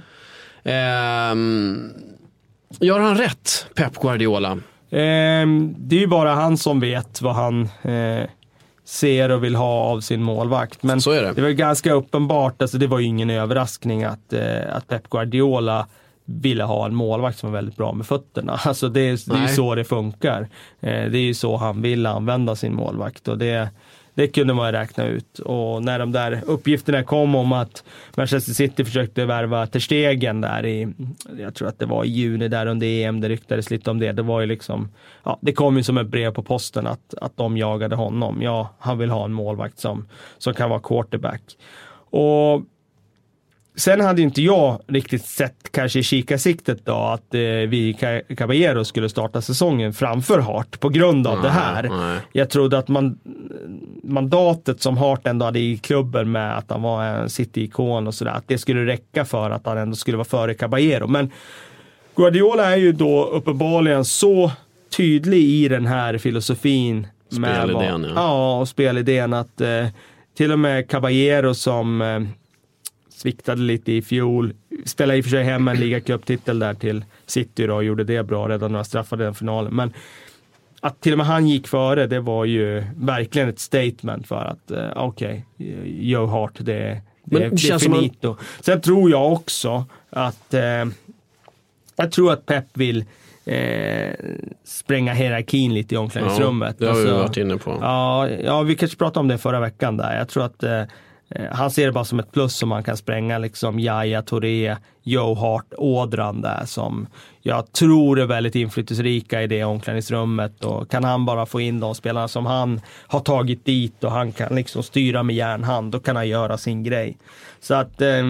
Um, gör han rätt, Pep Guardiola? Um, det är ju bara han som vet vad han... Eh, ser och vill ha av sin målvakt. Men så är det. Det var ganska uppenbart, alltså det var ju ingen överraskning att, eh, att Pep Guardiola ville ha en målvakt som var väldigt bra med fötterna. Alltså det, det är ju så det funkar. Eh, det är ju så han vill använda sin målvakt och det, det kunde man räkna ut. Och när de där uppgifterna kom om att Manchester City försökte värva Ter Stegen där i, jag tror att det var i juni där under E M, det ryktades lite om det. Det var ju liksom, ja, det kom ju som ett brev på posten att, att de jagade honom. Ja, han vill ha en målvakt som, som kan vara quarterback. Och sen hade inte jag riktigt sett kanske i kikarsiktet då att eh, vi Caballero skulle starta säsongen framför Hart på grund av nej, det här. Nej. Jag trodde att man, mandatet som Hart ändå hade i klubben med att han var en City-ikon och sådär, att det skulle räcka för att han ändå skulle vara före Caballero. Men Guardiola är ju då uppenbarligen så tydlig i den här filosofin. Spelidén, ja. Ja, och spelidén att eh, till och med Caballero som eh, sviktade lite i fjol, spelade i och för sig hem en ligacuptitel där till City då, och gjorde det bra redan när han straffade den finalen. Men att till och med han gick före, det var ju verkligen ett statement för att eh, okej, okay, Joe Hart, det, det, det är finito. Man... Sen tror jag också att eh, jag tror att Pep vill Eh, spränga hierarkin lite i omklädningsrummet. Ja, det har alltså, vi varit inne på. Ja, ja, vi kanske pratade om det förra veckan där. Jag tror att eh, han ser det bara som ett plus som man kan spränga liksom Yaya Touré, Joe Hart, ådran där som jag tror är väldigt inflytelserika i det omklädningsrummet, och kan han bara få in de spelarna som han har tagit dit och han kan liksom styra med järnhand, då kan han göra sin grej. Så att eh,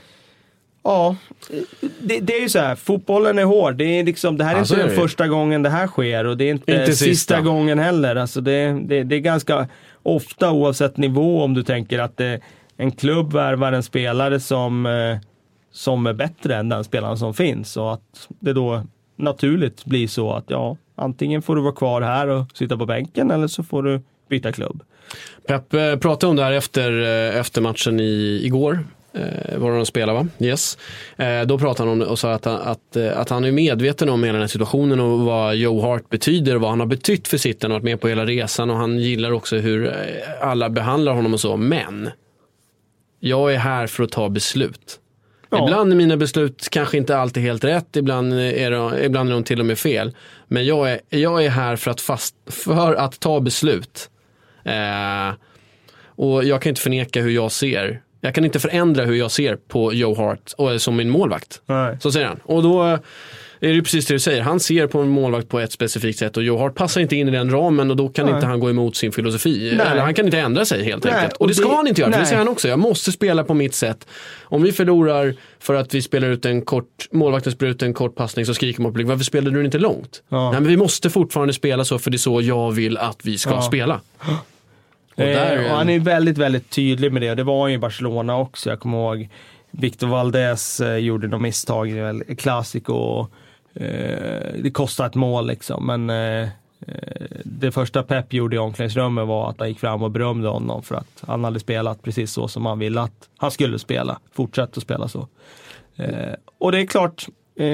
ja, det, det är ju så här, fotbollen är hård. Det är liksom, det här är alltså, inte den första gången det här sker, och det är inte, inte sista. sista gången heller. Alltså det, det, det är ganska ofta, oavsett nivå, om du tänker att det, en klubb värvar en spelare som, som är bättre än den spelaren som finns, och att det då naturligt blir så att ja, antingen får du vara kvar här och sitta på bänken, eller så får du byta klubb. Pep pratade om det här efter, efter matchen i, igår. Eh, var de spelade, va? Yes. Eh, då pratade han om och sa att, att, att han är medveten om hela den här situationen och vad Joe Hart betyder och vad han har betytt för City och varit med på hela resan, och han gillar också hur alla behandlar honom och så. Men jag är här för att ta beslut. Ja. Ibland är mina beslut kanske inte alltid helt rätt, ibland är de, ibland är de till och med fel. Men jag är, jag är här för att, fast, för att ta beslut. Eh, och jag kan inte förneka hur jag ser. Jag kan inte förändra hur jag ser på Joe Hart och som min målvakt. Nej. Så säger han. Och då är det ju precis det du säger. Han ser på en målvakt på ett specifikt sätt, och Joe Hart passar inte in i den ramen, och då kan Nej. inte han gå emot sin filosofi. Nej. Eller han kan inte ändra sig helt Nej. enkelt. Och, och det ska det, han inte göra. Nej. Det säger han också. Jag måste spela på mitt sätt. Om vi förlorar för att vi spelar ut en kort, målvakten spelar ut en kort passning, så skriker man på publik: varför spelar du inte långt? Ja. Nej, men vi måste fortfarande spela så, för det är så jag vill att vi ska ja. spela. Och, där, eh, och han är väldigt, väldigt tydlig med det, och det var ju i Barcelona också. Jag kommer ihåg Victor Valdés eh, gjorde några misstag i väl Clasico, och eh, det kostade ett mål liksom, men eh, det första Pep gjorde i omklädningsrummet var att han gick fram och berömde honom för att han hade spelat precis så som han ville att han skulle spela, fortsätta att spela så. Eh, och det är klart, eh,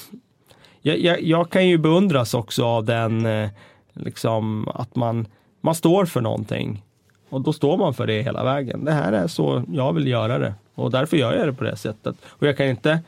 jag, jag, jag kan ju beundras också av den eh, liksom att man man står för någonting. Och då står man för det hela vägen. Det här är så jag vill göra det. Och därför gör jag det på det sättet. Och jag kan inte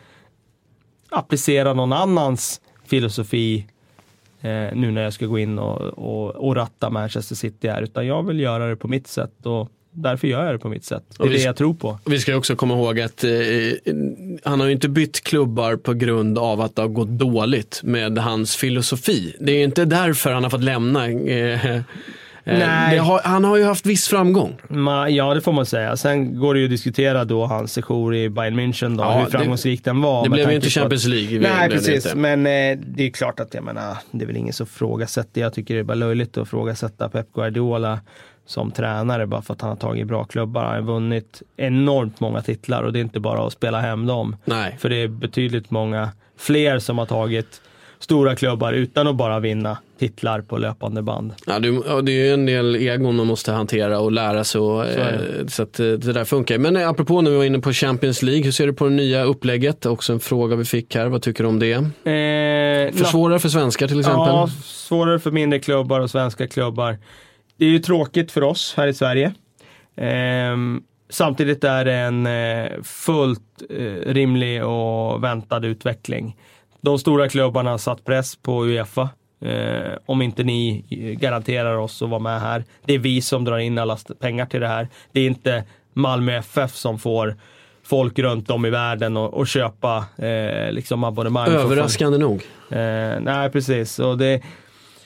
applicera någon annans filosofi eh, nu när jag ska gå in och, och, och ratta Manchester City här. Utan jag vill göra det på mitt sätt. Och därför gör jag det på mitt sätt. Det är vi, det jag tror på. Vi ska också komma ihåg att eh, han har ju inte bytt klubbar på grund av att det har gått dåligt med hans filosofi. Det är inte därför han har fått lämna... Eh, Nej. Har, han har ju haft viss framgång. Ma, ja, det får man säga. Sen går det ju att diskutera då hans sejour i Bayern München då, ja, hur framgångsrik den var. Det blev ju inte Champions League. Nej, precis. Inte. Men eh, det är klart att jag menar, det är väl ingen som frågasätter. Jag tycker det är bara löjligt att frågasätta Pep Guardiola som tränare bara för att han har tagit bra klubbar. Han har vunnit enormt många titlar, och det är inte bara att spela hem dem. Nej. För det är betydligt många fler som har tagit stora klubbar utan att bara vinna titlar på löpande band. Ja, det, det är ju en del egon man måste hantera och lära sig, och, så, eh, så att det där funkar. Men eh, apropå när vi var inne på Champions League, hur ser du på det nya upplägget? Också en fråga vi fick här, vad tycker du om det? Eh, Försvårare för svenskar till exempel? Ja, svårare för mindre klubbar och svenska klubbar. Det är ju tråkigt för oss här i Sverige. Eh, samtidigt är det en eh, fullt eh, rimlig och väntad utveckling. De stora klubbarna har satt press på UEFA. Eh, om inte ni garanterar oss att vara med här. Det är vi som drar in alla pengar till det här. Det är inte Malmö F F som får folk runt om i världen och, och köpa eh, liksom abonnemang. Överraskande nog. Eh, nej, precis. Och det,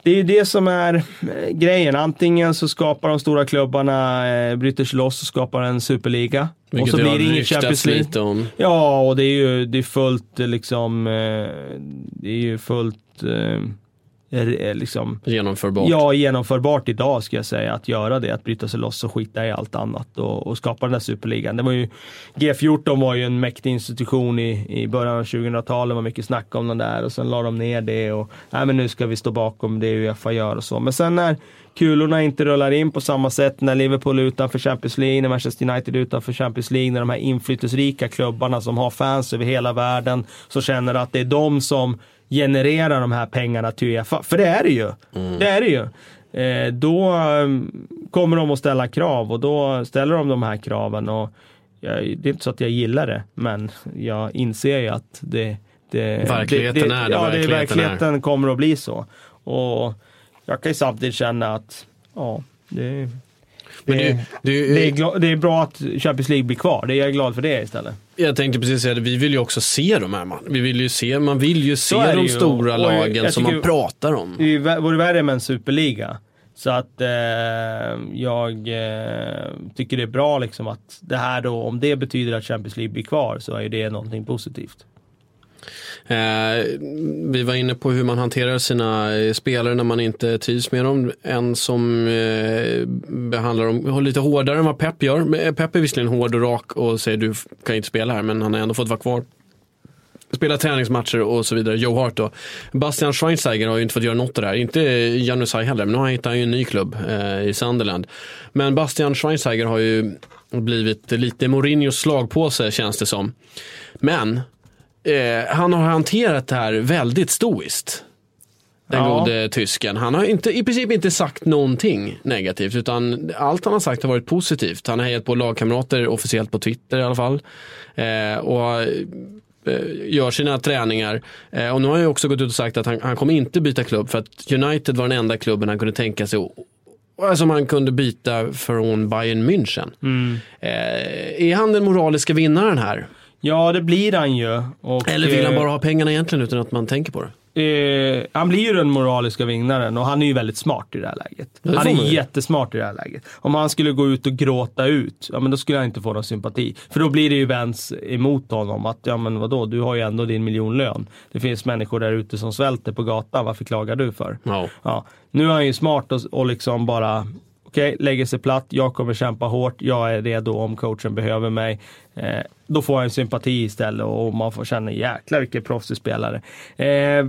det är ju det som är eh, grejen. Antingen så skapar de stora klubbarna, eh, bryter sig loss och skapar en superliga. Vilket och så blir det ingen Champions League. Om. Ja, och det är ju det är fullt liksom, eh, det är ju fullt eh, liksom genomförbart. Ja, genomförbart idag ska jag säga, att göra det, att bryta sig loss och skita i allt annat och, och skapa den där superligan. Det var ju, G fjorton var ju en mäktig institution i, i början av tjugohundratalet, det var mycket snack om den där och sen la de ner det och nej, men nu ska vi stå bakom det UEFA gör och så. Men sen när kulorna inte rullar in på samma sätt, när Liverpool är utanför Champions League, när Manchester United är utanför Champions League, när de här inflytelserika klubbarna som har fans över hela världen så känner att det är de som generera de här pengarna till UEFA. För det är det ju. Mm. Det är det ju. Eh, då um, kommer de att ställa krav och då ställer de de här kraven och jag, det är inte så att jag gillar det, men jag inser ju att det, det verkligheten det, det, är det. Ja, verkligheten, det verkligheten är. kommer att bli så. Och jag kan ju samtidigt känna att ja, det Det, det, det, det, är gla- det är bra att Champions League blir kvar. Det är jag glad för det istället. Jag tänkte precis säga det, vi vill ju också se de här man. Vi vill ju se, man vill ju se de ju. stora och, och lagen som man pratar om. Det vore värre med en superliga. Så att eh, jag eh, tycker det är bra liksom att det här då, om det betyder att Champions League blir kvar så är det någonting positivt. Eh, vi var inne på hur man hanterar sina spelare när man inte trivs med dem. En som eh, behandlar dem lite hårdare än vad Pep gör. Pep är visserligen hård och rak och säger du kan inte spela här, men han har ändå fått vara kvar. Spela träningsmatcher och så vidare. Joe Hart då. Bastian Schweinsteiger har ju inte fått göra något av det här. Inte Janusaj heller, men nu har han hittat en ny klubb eh, i Sunderland. Men Bastian Schweinsteiger har ju blivit lite Mourinhos slag på sig, känns det som. Men Eh, han har hanterat det här väldigt stoiskt. Den ja. gode tysken. Han har inte, i princip inte sagt någonting negativt, utan allt han har sagt har varit positivt. Han har hejat på lagkamrater officiellt på Twitter i alla fall. Eh, och eh, gör sina träningar. Eh, och nu har han ju också gått ut och sagt att han, han kommer inte byta klubb, för att United var den enda klubben han kunde tänka sig och, och, som han kunde byta från Bayern München. Mm. Eh, är han den moraliska vinnaren här? Ja, det blir han ju. Och, eller vill han bara ha pengarna egentligen utan att man tänker på det? Eh, han blir ju den moraliska vinnaren och han är ju väldigt smart i det här läget. Det han är ju jättesmart i det här läget. Om han skulle gå ut och gråta ut, ja men då skulle han inte få någon sympati. För då blir det ju väns emot honom att ja men vadå, du har ju ändå din miljonlön. Det finns människor där ute som svälter på gatan, varför klagar du för? Ja. Ja. Nu är han ju smart och, och liksom bara okej, okay, lägger sig platt, jag kommer kämpa hårt, jag är redo om coachen behöver mig. Eh, då får jag en sympati istället och man får känna jäklar vilken proffsig spelare. Eh,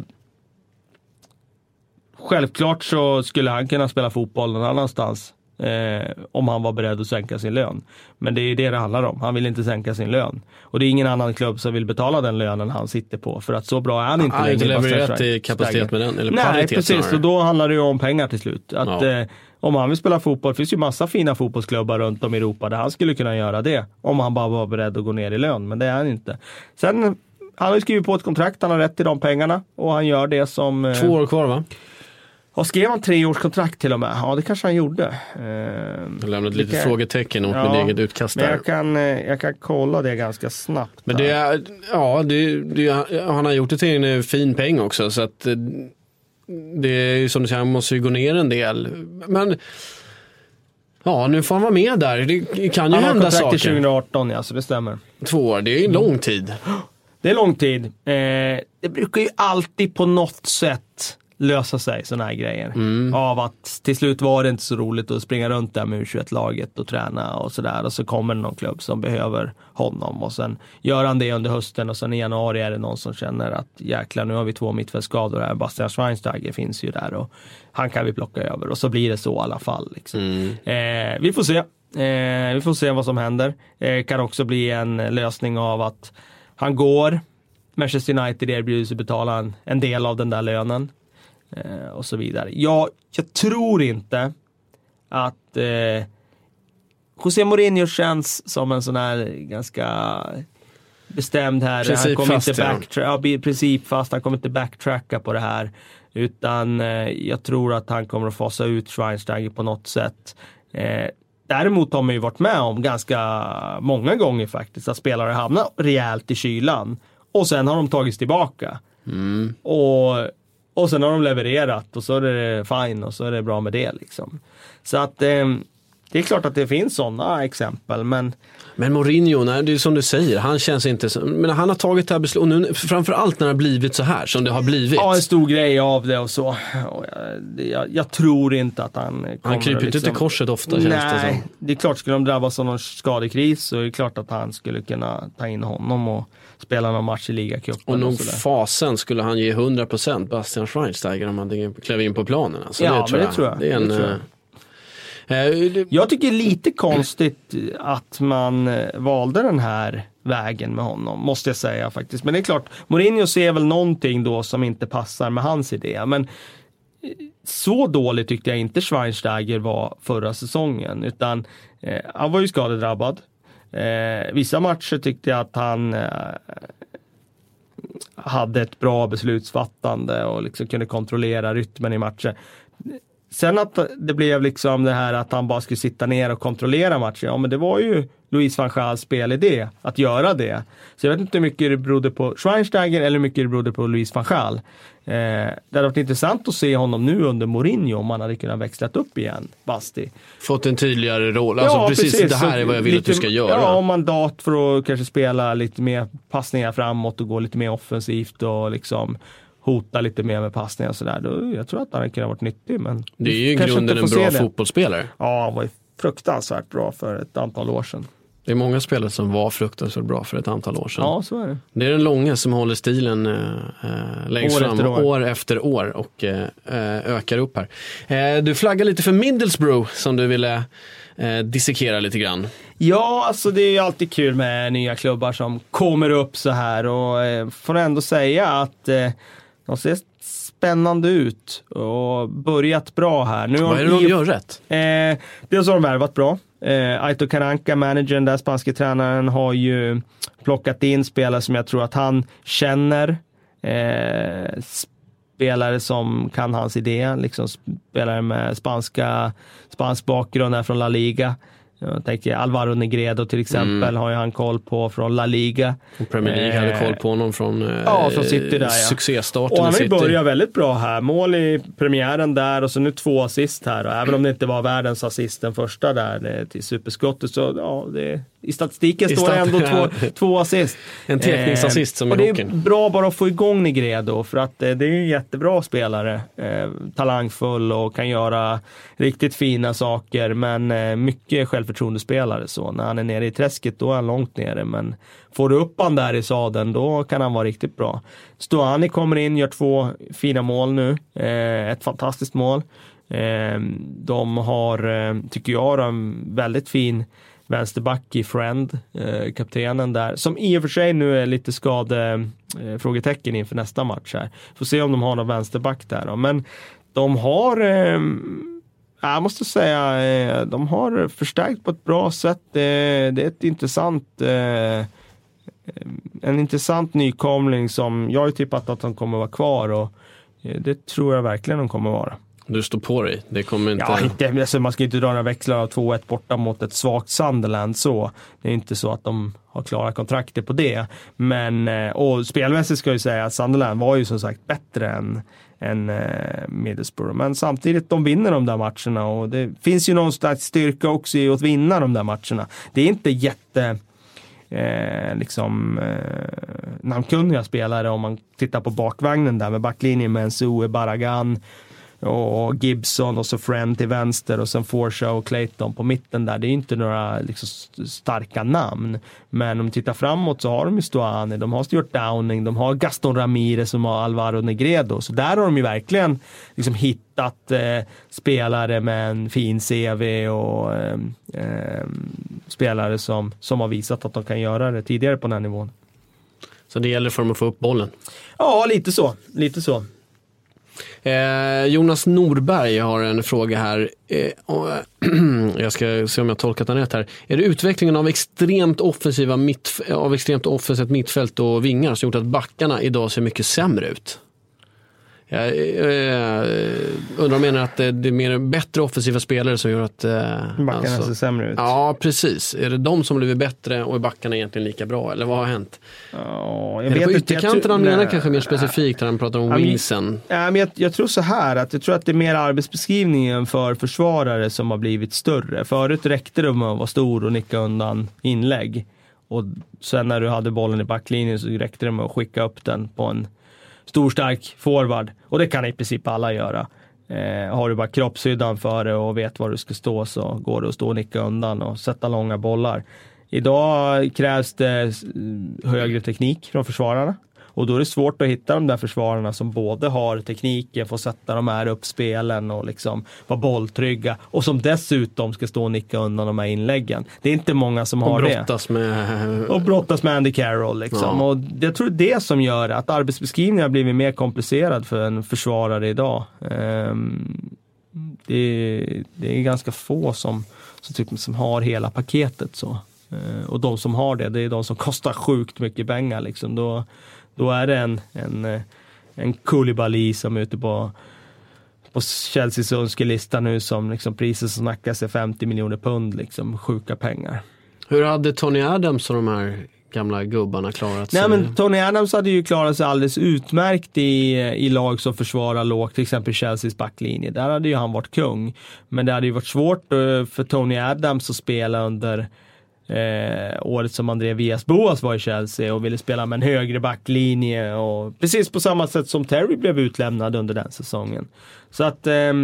självklart så skulle han kunna spela fotboll någon annanstans eh, om han var beredd att sänka sin lön. Men det är det det handlar om. Han vill inte sänka sin lön. Och det är ingen annan klubb som vill betala den lönen han sitter på. För att så bra är han inte. Han har inte levererat i kapacitet med den. Eller nej, precis. Och då handlar det ju om pengar till slut. Att ja. eh, om han vill spela fotboll, finns ju massa fina fotbollsklubbar runt om i Europa där han skulle kunna göra det. Om han bara var beredd att gå ner i lön. Men det är han inte. Sen, han har ju skrivit på ett kontrakt, han har rätt till de pengarna. Och han gör det som... Eh, Två år kvar va? Och skrev han tre års kontrakt till och med? Ja, det kanske han gjorde. Eh, jag lämnade ett litet frågetecken åt ja, min eget utkast där. Men jag kan, jag kan kolla det ganska snabbt. Men det är, ja, det, det, han har gjort det till en fin peng också. Så att det är ju som du säger, han måste ju gå ner en del. Men ja, nu får han vara med där. Det kan ju han hända saker. Han har kontrakt till tjugo arton, ja, så det stämmer. Två år, det är en lång tid. Det är lång tid. Eh, det brukar ju alltid på något sätt lösa sig såna här grejer. Mm. Av att till slut var det inte så roligt att springa runt där med U tjugoett-laget och träna och sådär. Och så kommer det någon klubb som behöver honom. Och sen gör han det under hösten och sen i januari är det någon som känner att jäklar, nu har vi två mittfältsskador här. Bastian Schweinsteiger finns ju där och han kan vi plocka över. Och så blir det så i alla fall. Liksom. Mm. Eh, vi får se. Eh, vi får se vad som händer. Eh, kan också bli en lösning av att han går. Manchester United erbjuder sig betala en, en del av den där lönen. Eh, och så vidare. Ja, jag tror inte att eh, José Mourinho känns som en sån här ganska bestämd här. Princip han kommer fast, inte backtra- ja. Ja, princip fast. Han kommer inte backtracka på det här. Utan eh, jag tror att han kommer att fasa ut Schweinsteiger på något sätt. Eh, däremot har man ju varit med om ganska många gånger faktiskt att spelare hamnar rejält i kylan. Och sen har de tagits tillbaka. Mm. Och Och sen har de levererat och så är det fine och så är det bra med det liksom. Så att eh, det är klart att det finns sådana exempel, men Men Mourinho, nej, det är som du säger, han känns inte så, men han har tagit det här beslutet, och nu, framförallt när det har blivit så här som det har blivit. Ja, en stor grej av det och så. Och jag, jag, jag tror inte att han kommer. Han kryper inte liksom till korset ofta, känns nej, det som. Nej, det är klart, skulle de drabbas av någon skadekris så är det klart att han skulle kunna ta in honom och spela någon match i ligacupen. Och nog och fasen skulle han ge hundra procent Bastian Schweinsteiger om han klev in på planen. Alltså, ja, det tror men det jag. tror jag. Det är en, det tror jag. Jag tycker det är lite konstigt att man valde den här vägen med honom, måste jag säga faktiskt. Men det är klart, Mourinho ser väl någonting då som inte passar med hans idé. Men så dåligt tyckte jag inte Schweinsteiger var förra säsongen, utan eh, han var ju skadedrabbad. Eh, vissa matcher tyckte jag att han eh, hade ett bra beslutsfattande och liksom kunde kontrollera rytmen i matcher. Sen att det blev liksom det här att han bara skulle sitta ner och kontrollera matchen. Ja, men det var ju Louis van Gaals spelidé att göra det. Så jag vet inte hur mycket det berodde på Schweinsteiger eller hur mycket det berodde på Louis van Gaal. Eh, det hade varit intressant att se honom nu under Mourinho om man hade kunnat växlat upp igen, Basti. Fått en tydligare roll. Alltså ja, precis, precis, det här är vad jag vill lite, att du ska göra. Ja, mandat för att kanske spela lite mer passningar framåt och gå lite mer offensivt och liksom hota lite mer med passningar och sådär. Då, jag tror att han kunde ha varit nyttig. Men det är ju i grunden en bra fotbollsspelare. Ja, han var ju fruktansvärt bra för ett antal år sedan. Det är många spelare som var fruktansvärt bra för ett antal år sedan. Ja, så är det. Det är den långa som håller stilen äh, längst år fram, efter år. år efter år och äh, ökar upp här. Äh, du flaggar lite för Middlesbrough som du ville äh, dissekera lite grann. Ja, alltså det är ju alltid kul med nya klubbar som kommer upp så här och äh, får ändå säga att äh, de ser spännande ut och börjat bra här. Nu Vad är det de gör rätt? Eh, dels har de värvat bra. Eh, Aito Karanka, managern där, spanska tränaren, har ju plockat in spelare som jag tror att han känner. Eh, spelare som kan hans idé. Liksom spelare med spanska, spansk bakgrund här från La Liga. Jag tänker Alvaro Negredo till exempel mm. har ju han koll på från La Liga. Och Premier League eh, hade koll på honom från, eh, ja, från City där, ja. Succéstarten. Och han har ju City. börjat väldigt bra här. Mål i premiären där och så nu två assist här. Och även om det inte var världens assist den första där till superskottet så ja, det, i statistiken I står stat- det ändå två, två assist. En tekningsassist eh, som och i det hockeyn. är bra bara att få igång Negredo för att eh, det är en jättebra spelare. Eh, talangfull och kan göra riktigt fina saker men eh, mycket självförtroendespelare. Så när han är nere i träsket då är han långt nere, men får du upp han där i sadeln då kan han vara riktigt bra. Stuani kommer in, gör två fina mål nu, eh, ett fantastiskt mål. Eh, de har, eh, tycker jag, en väldigt fin vänsterback i Friend, eh, kaptenen där, som i och för sig nu är lite skade eh, frågetecken inför nästa match här. Får se om de har någon vänsterback där då. Men de har eh, jag måste säga, de har förstärkt på ett bra sätt. Det är ett intressant en intressant nykomling som jag har tippat att de kommer vara kvar och det tror jag verkligen de kommer vara. Du står på dig. Det kommer inte... Ja, inte, alltså man ska inte dra några växlar av två ett borta mot ett svagt Sunderland så. Det är inte så att de har klara kontrakter på det. Men, och spelmässigt ska jag säga att Sunderland var ju som sagt bättre än än eh, Middlesbrough. Men samtidigt, de vinner de där matcherna och det finns ju någon slags styrka också i att vinna de där matcherna. Det är inte jätte eh, liksom eh, namnkunniga spelare om man tittar på bakvagnen där med backlinjen med Nsoe, Barragan och Gibson och så Friend till vänster och sen Forshaw och Clayton på mitten där. Det är inte några liksom starka namn. Men om du tittar framåt så har de ju Stuani, de har Stuart Downing, de har Gaston Ramirez som har Alvaro Negredo. Så där har de ju verkligen liksom hittat eh, spelare med en fin C V och eh, eh, spelare som, som har visat att de kan göra det tidigare på den här nivån. Så det gäller för dem att få upp bollen? Ja, lite så. Lite så. Eh, Jonas Norberg har en fråga här. Eh, och, jag ska se om jag tolkat den rätt här. Är det utvecklingen av extremt offensiva mitt, av extremt offensivt mittfält och vingar som gjort att backarna idag ser mycket sämre ut? Jag eh, undrar om menar att det är mer bättre offensiva spelare som gör att eh, backarna alltså, ser sämre ut. Ja, precis. Är det de som blivit bättre och är backarna egentligen lika bra? Eller vad har hänt? Ja, jag är det vet på inte, ytterkanten han nej, menar kanske mer specifikt när han pratar om ja, men, Wilson? Ja, men jag, jag tror så här att jag tror att det är mer arbetsbeskrivningen för försvarare som har blivit större. Förut räckte det med att vara stor och nicka undan inlägg. Och sen när du hade bollen i backlinjen så räckte det med att skicka upp den på en stor stark forward. Och det kan i princip alla göra. Eh, har du bara kroppshyddan för det och vet var du ska stå så går det att stå och nicka undan och sätta långa bollar. Idag krävs det högre teknik från försvararna. Och då är det svårt att hitta de där försvararna som både har tekniken för att sätta de här uppspelen och liksom vara bolltrygga. Och som dessutom ska stå och nicka undan de här inläggen. Det är inte många som och har brottas det. Med... Och brottas med Andy Carroll. Liksom. Ja. Och jag tror det är det som gör att arbetsbeskrivningen har blivit mer komplicerad för en försvarare idag. Um, det, det är ganska få som, som, typ, som har hela paketet så. Uh, och de som har det, det är de som kostar sjukt mycket pengar. Liksom. Då Då är det en, en, en Koulibaly som är ute på, på Chelseas önskelista nu som liksom priset som snackar sig femtio miljoner pund, liksom sjuka pengar. Hur hade Tony Adams och de här gamla gubbarna klarat sig? Nej, men Tony Adams hade ju klarat sig alldeles utmärkt i, i lag som försvarar lågt, till exempel Chelseas backlinje. Där hade ju han varit kung. Men det hade ju varit svårt för Tony Adams att spela under Eh, året som André Villas-Boas var i Chelsea och ville spela med en högre backlinje och precis på samma sätt som Terry blev utlämnad under den säsongen. Så att eh,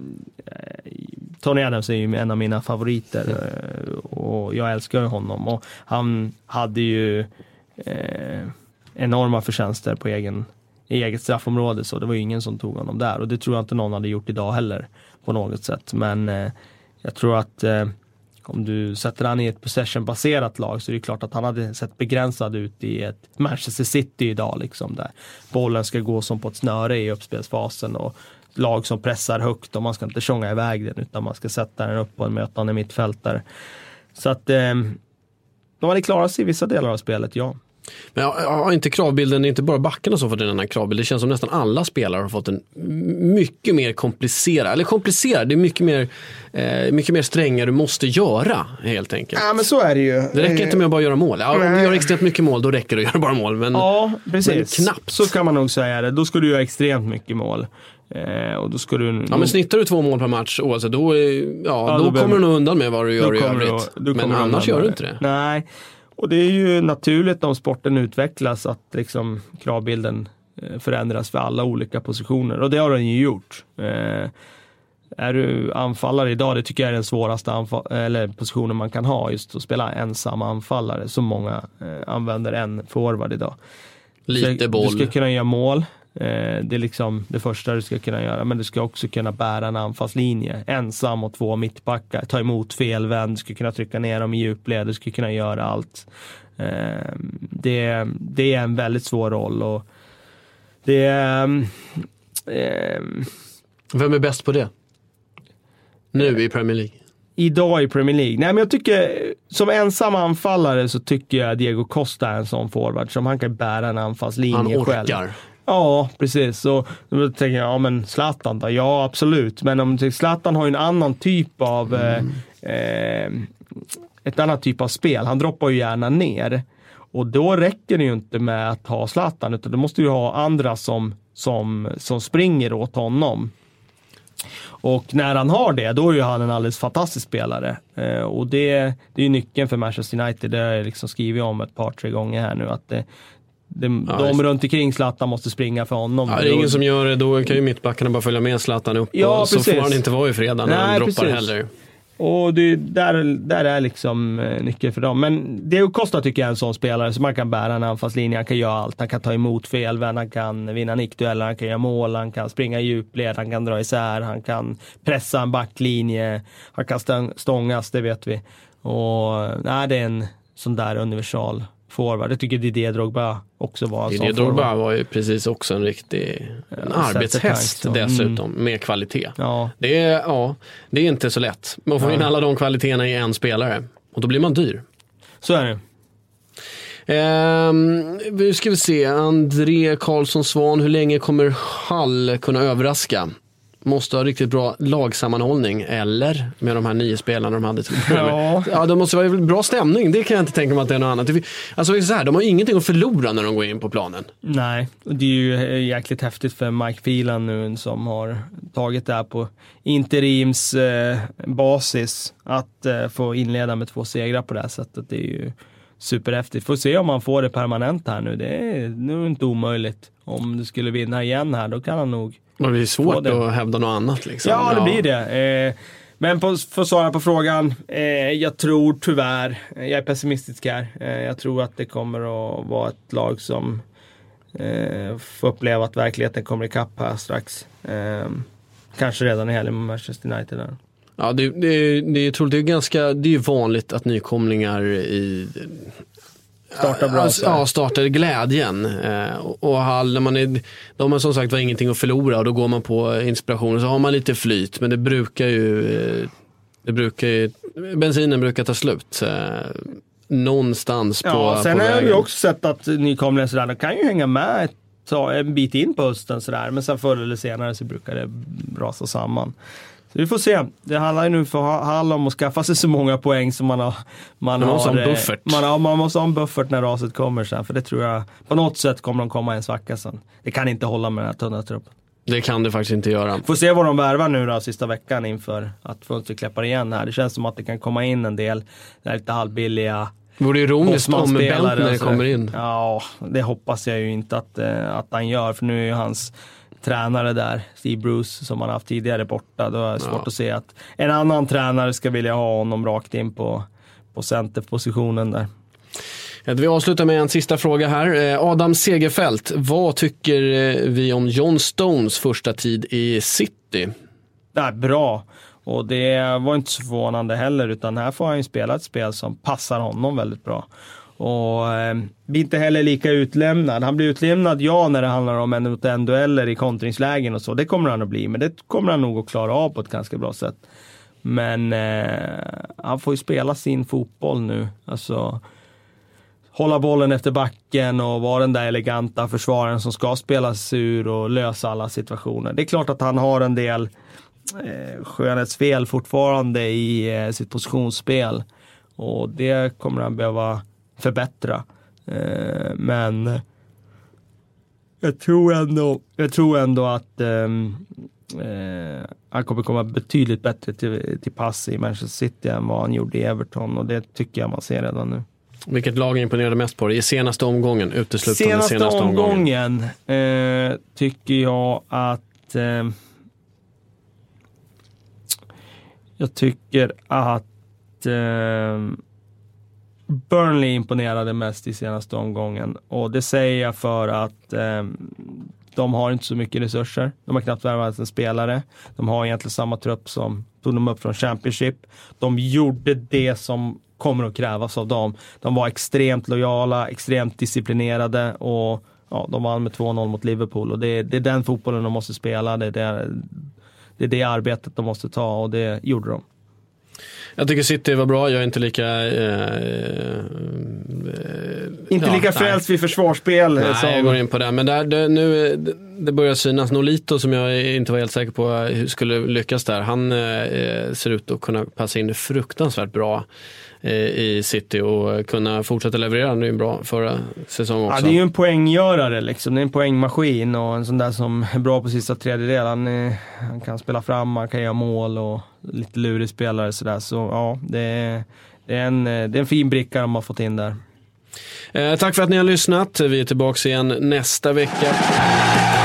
Tony Adams är ju en av mina favoriter eh, och jag älskar honom och han hade ju eh, enorma förtjänster på egen, eget straffområde, så det var ju ingen som tog honom där och det tror jag inte någon hade gjort idag heller på något sätt, men eh, jag tror att eh, om du sätter han i ett possession-baserat lag så är det klart att han hade sett begränsad ut i ett Manchester City idag liksom, där bollen ska gå som på ett snöre i uppspelsfasen och lag som pressar högt och man ska inte tjonga iväg den utan man ska sätta den upp på en mötande mittfältare. Så att eh, de hade klarat sig i vissa delar av spelet, ja. Men jag har inte kravbilden, det är inte bara backarna som fått den här kravbilden. Det känns som nästan alla spelare har fått en mycket mer komplicerad, eller komplicerad, det är mycket mer, eh, mycket mer strängar du måste göra helt enkelt. Ja, men så är det ju. Det räcker inte med att bara göra mål. Ja, om du gör extremt mycket mål, då räcker det att göra bara mål. Men, ja, precis. Men knappt. Så kan man nog säga det. Då ska du göra extremt mycket mål. Eh, och då ska du... Ja, men snittar du två mål per match oavsett, då, ja, ja, då, då kommer du nog undan med vad du gör i övrigt. Du, men annars gör du inte det. Nej. Och det är ju naturligt om sporten utvecklas att liksom kravbilden förändras för alla olika positioner. Och det har den ju gjort. Eh, är du anfallare idag, det tycker jag är den svåraste anfall- eller positionen man kan ha, just att spela ensam anfallare. Så många eh, använder en forward idag. Lite så boll. Du ska kunna göra mål. Eh, det är liksom det första du ska kunna göra. Men du ska också kunna bära en anfallslinje. Ensam och två mittbackar. Ta emot felvänd. Du ska kunna trycka ner dem i djupled. Du ska kunna göra allt. Eh, det, det är en väldigt svår roll. Och det är... Eh, Vem är bäst på det? Nu i Premier League? Idag i Premier League. Nej, men jag tycker, som ensam anfallare så tycker jag Diego Costa är en sån forward som han kan bära en anfallslinje själv. Han orkar. Själv. Ja, precis. Så då tänker jag, ja men Zlatan då? Ja, absolut. Men om Zlatan har ju en annan typ av mm. eh, ett annat typ av spel. Han droppar ju gärna ner. Och då räcker det ju inte med att ha Zlatan, utan du måste ju ha andra som, som, som springer åt honom. Och när han har det, då är ju han en alldeles fantastisk spelare. Eh, och det, det är ju nyckeln för Manchester United. Det har jag liksom skrivit om ett par, tre gånger här nu. Att det, det, ja, de runt omkring Zlatan måste springa för honom. Ja, det är ingen som gör det, då kan ju mittbackarna bara följa med Zlatan upp. Ja, och så får han inte vara i fredag när han droppar heller. Och det, där, där är liksom nyckeln för dem. Men det kostar tycker jag en sån spelare så man kan bära en anfallslinje, han kan göra allt. Han kan ta emot felvän, han kan vinna nickdueller, han kan göra mål, han kan springa i djupled, han kan dra isär, han kan pressa en backlinje, han kan stångas, det vet vi. Och nej, det är en sån där universal forward. Jag tycker Didier Drogba också var en Didier sån Drogba forward. var ju precis också en riktig en ja, arbetshäst dessutom, mm. med kvalitet. Ja. Det, är, ja, det är inte så lätt. Man får ja. in alla de kvaliteterna i en spelare. Och då blir man dyr. Så är det. Ehm, vi ska vi se, André Karlsson Svan, hur länge kommer Hall kunna överraska? Måste ha riktigt bra lagsammanhållning, eller med de här nio spelarna de hade till Ja. ja, det måste vara bra stämning, det kan jag inte tänka mig att det är något annat. Alltså det är så här, de har ingenting att förlora när de går in på planen. Nej, och det är ju jäkligt häftigt för Mike Phelan nu som har tagit det här på interims eh, basis att eh, få inleda med två segrar på det här sättet. Det är ju superhäftigt. Får se om man får det permanent här nu. Det är nu inte omöjligt. Om du skulle vinna igen här, då kan han nog. Det blir svårt att hävda något annat liksom. Ja, det blir det. Eh, men på, för att svara på frågan, eh, jag tror tyvärr, jag är pessimistisk här. Eh, jag tror att det kommer att vara ett lag som eh, får uppleva att verkligheten kommer ikapp här strax. Eh, kanske redan i helgen med Manchester United där. Ja, det, det, det, jag tror det är ganska, det är ju vanligt att nykomlingar i startar bra. Alltså, ja, startar glädjen. Eh, och, och Hall, när man är, de har som sagt var ingenting att förlora och då går man på inspiration, så har man lite flyt, men det brukar ju det brukar ju, bensinen brukar ta slut eh, någonstans på, ja, sen på har vägen. vi också sett att nykomlingar sådär, de kan ju hänga med ett, ta en bit in på hösten sådär, men sen förr eller senare så brukar det rasa samman. Så vi får se. Det handlar ju nu för Hall om att skaffa sig så många poäng som man har. Man, man har måste ha en buffert. Man, har, man måste ha en buffert när raset kommer sen. För det tror jag, på något sätt kommer de komma i en svacka sen. Det kan inte hålla med den här tunna truppen. Det kan det faktiskt inte göra. Får se vad de värvar nu då sista veckan inför att fönstret klappar igen här. Det känns som att det kan komma in en del där lite halvbilliga. Det vore ironiskt om Bent när det kommer in. Ja, det hoppas jag ju inte att, att han gör. För nu är ju hans tränare där, Steve Bruce, som han haft tidigare borta. Då är det svårt ja. att se att en annan tränare ska vilja ha honom rakt in på, på centerpositionen där. Ja, vi avslutar med en sista fråga här. Adam Segerfeldt, vad tycker vi om John Stones första tid i City? Det är bra. Och det var inte så förvånande heller, utan här får han ju spela ett spel som passar honom väldigt bra. Och eh, blir inte heller lika utlämnad. Han blir utlämnad, ja, när det handlar om en mot en dueller i kontringslägen och så. Det kommer han att bli, men det kommer han nog att klara av på ett ganska bra sätt. Men eh, han får ju spela sin fotboll nu. Alltså hålla bollen efter backen och vara den där eleganta försvararen som ska spelas ur och lösa alla situationer. Det är klart att han har en del eh, skönhetsfel fortfarande i eh, sitt positionsspel. Och det kommer han behöva förbättra. Eh, men jag tror ändå, jag tror ändå att eh, eh, han kommer komma betydligt bättre till, till pass i Manchester City än vad han gjorde i Everton. Och det tycker jag man ser redan nu. Vilket lag imponerade mest på det? I senaste omgången? Uteslutande senaste, senaste omgången, omgången eh, tycker jag att eh, jag tycker att eh, Burnley imponerade mest i senaste omgången. Och det säger jag för att eh, de har inte så mycket resurser. De har knappt värvat en spelare. De har egentligen samma trupp som tog dem upp från Championship. De gjorde det som kommer att krävas av dem. De var extremt lojala, extremt disciplinerade och ja, de vann med två noll mot Liverpool. Och det, det är den fotbollen de måste spela. Det är det, det är det arbetet de måste ta och det gjorde de. Jag tycker City var bra, jag är inte lika eh, eh, Inte ja, lika frälst vid försvarsspel. Nej, som... jag går in på det. Men där, det, nu, det börjar synas Nolito som jag inte var helt säker på hur skulle lyckas där. Han eh, ser ut att kunna passa in fruktansvärt bra eh, i City och kunna fortsätta leverera. Det är ju bra förra säsongen också. Ja, det är ju en poänggörare liksom. Det är en poängmaskin och en sån där som är bra på sista tredjedel. Han, eh, han kan spela fram, han kan göra mål och lite lurig spelare sådär. Så ja, det är, det är, en, det är en fin bricka de har fått in där. Eh, tack för att ni har lyssnat. Vi är tillbaka igen nästa vecka.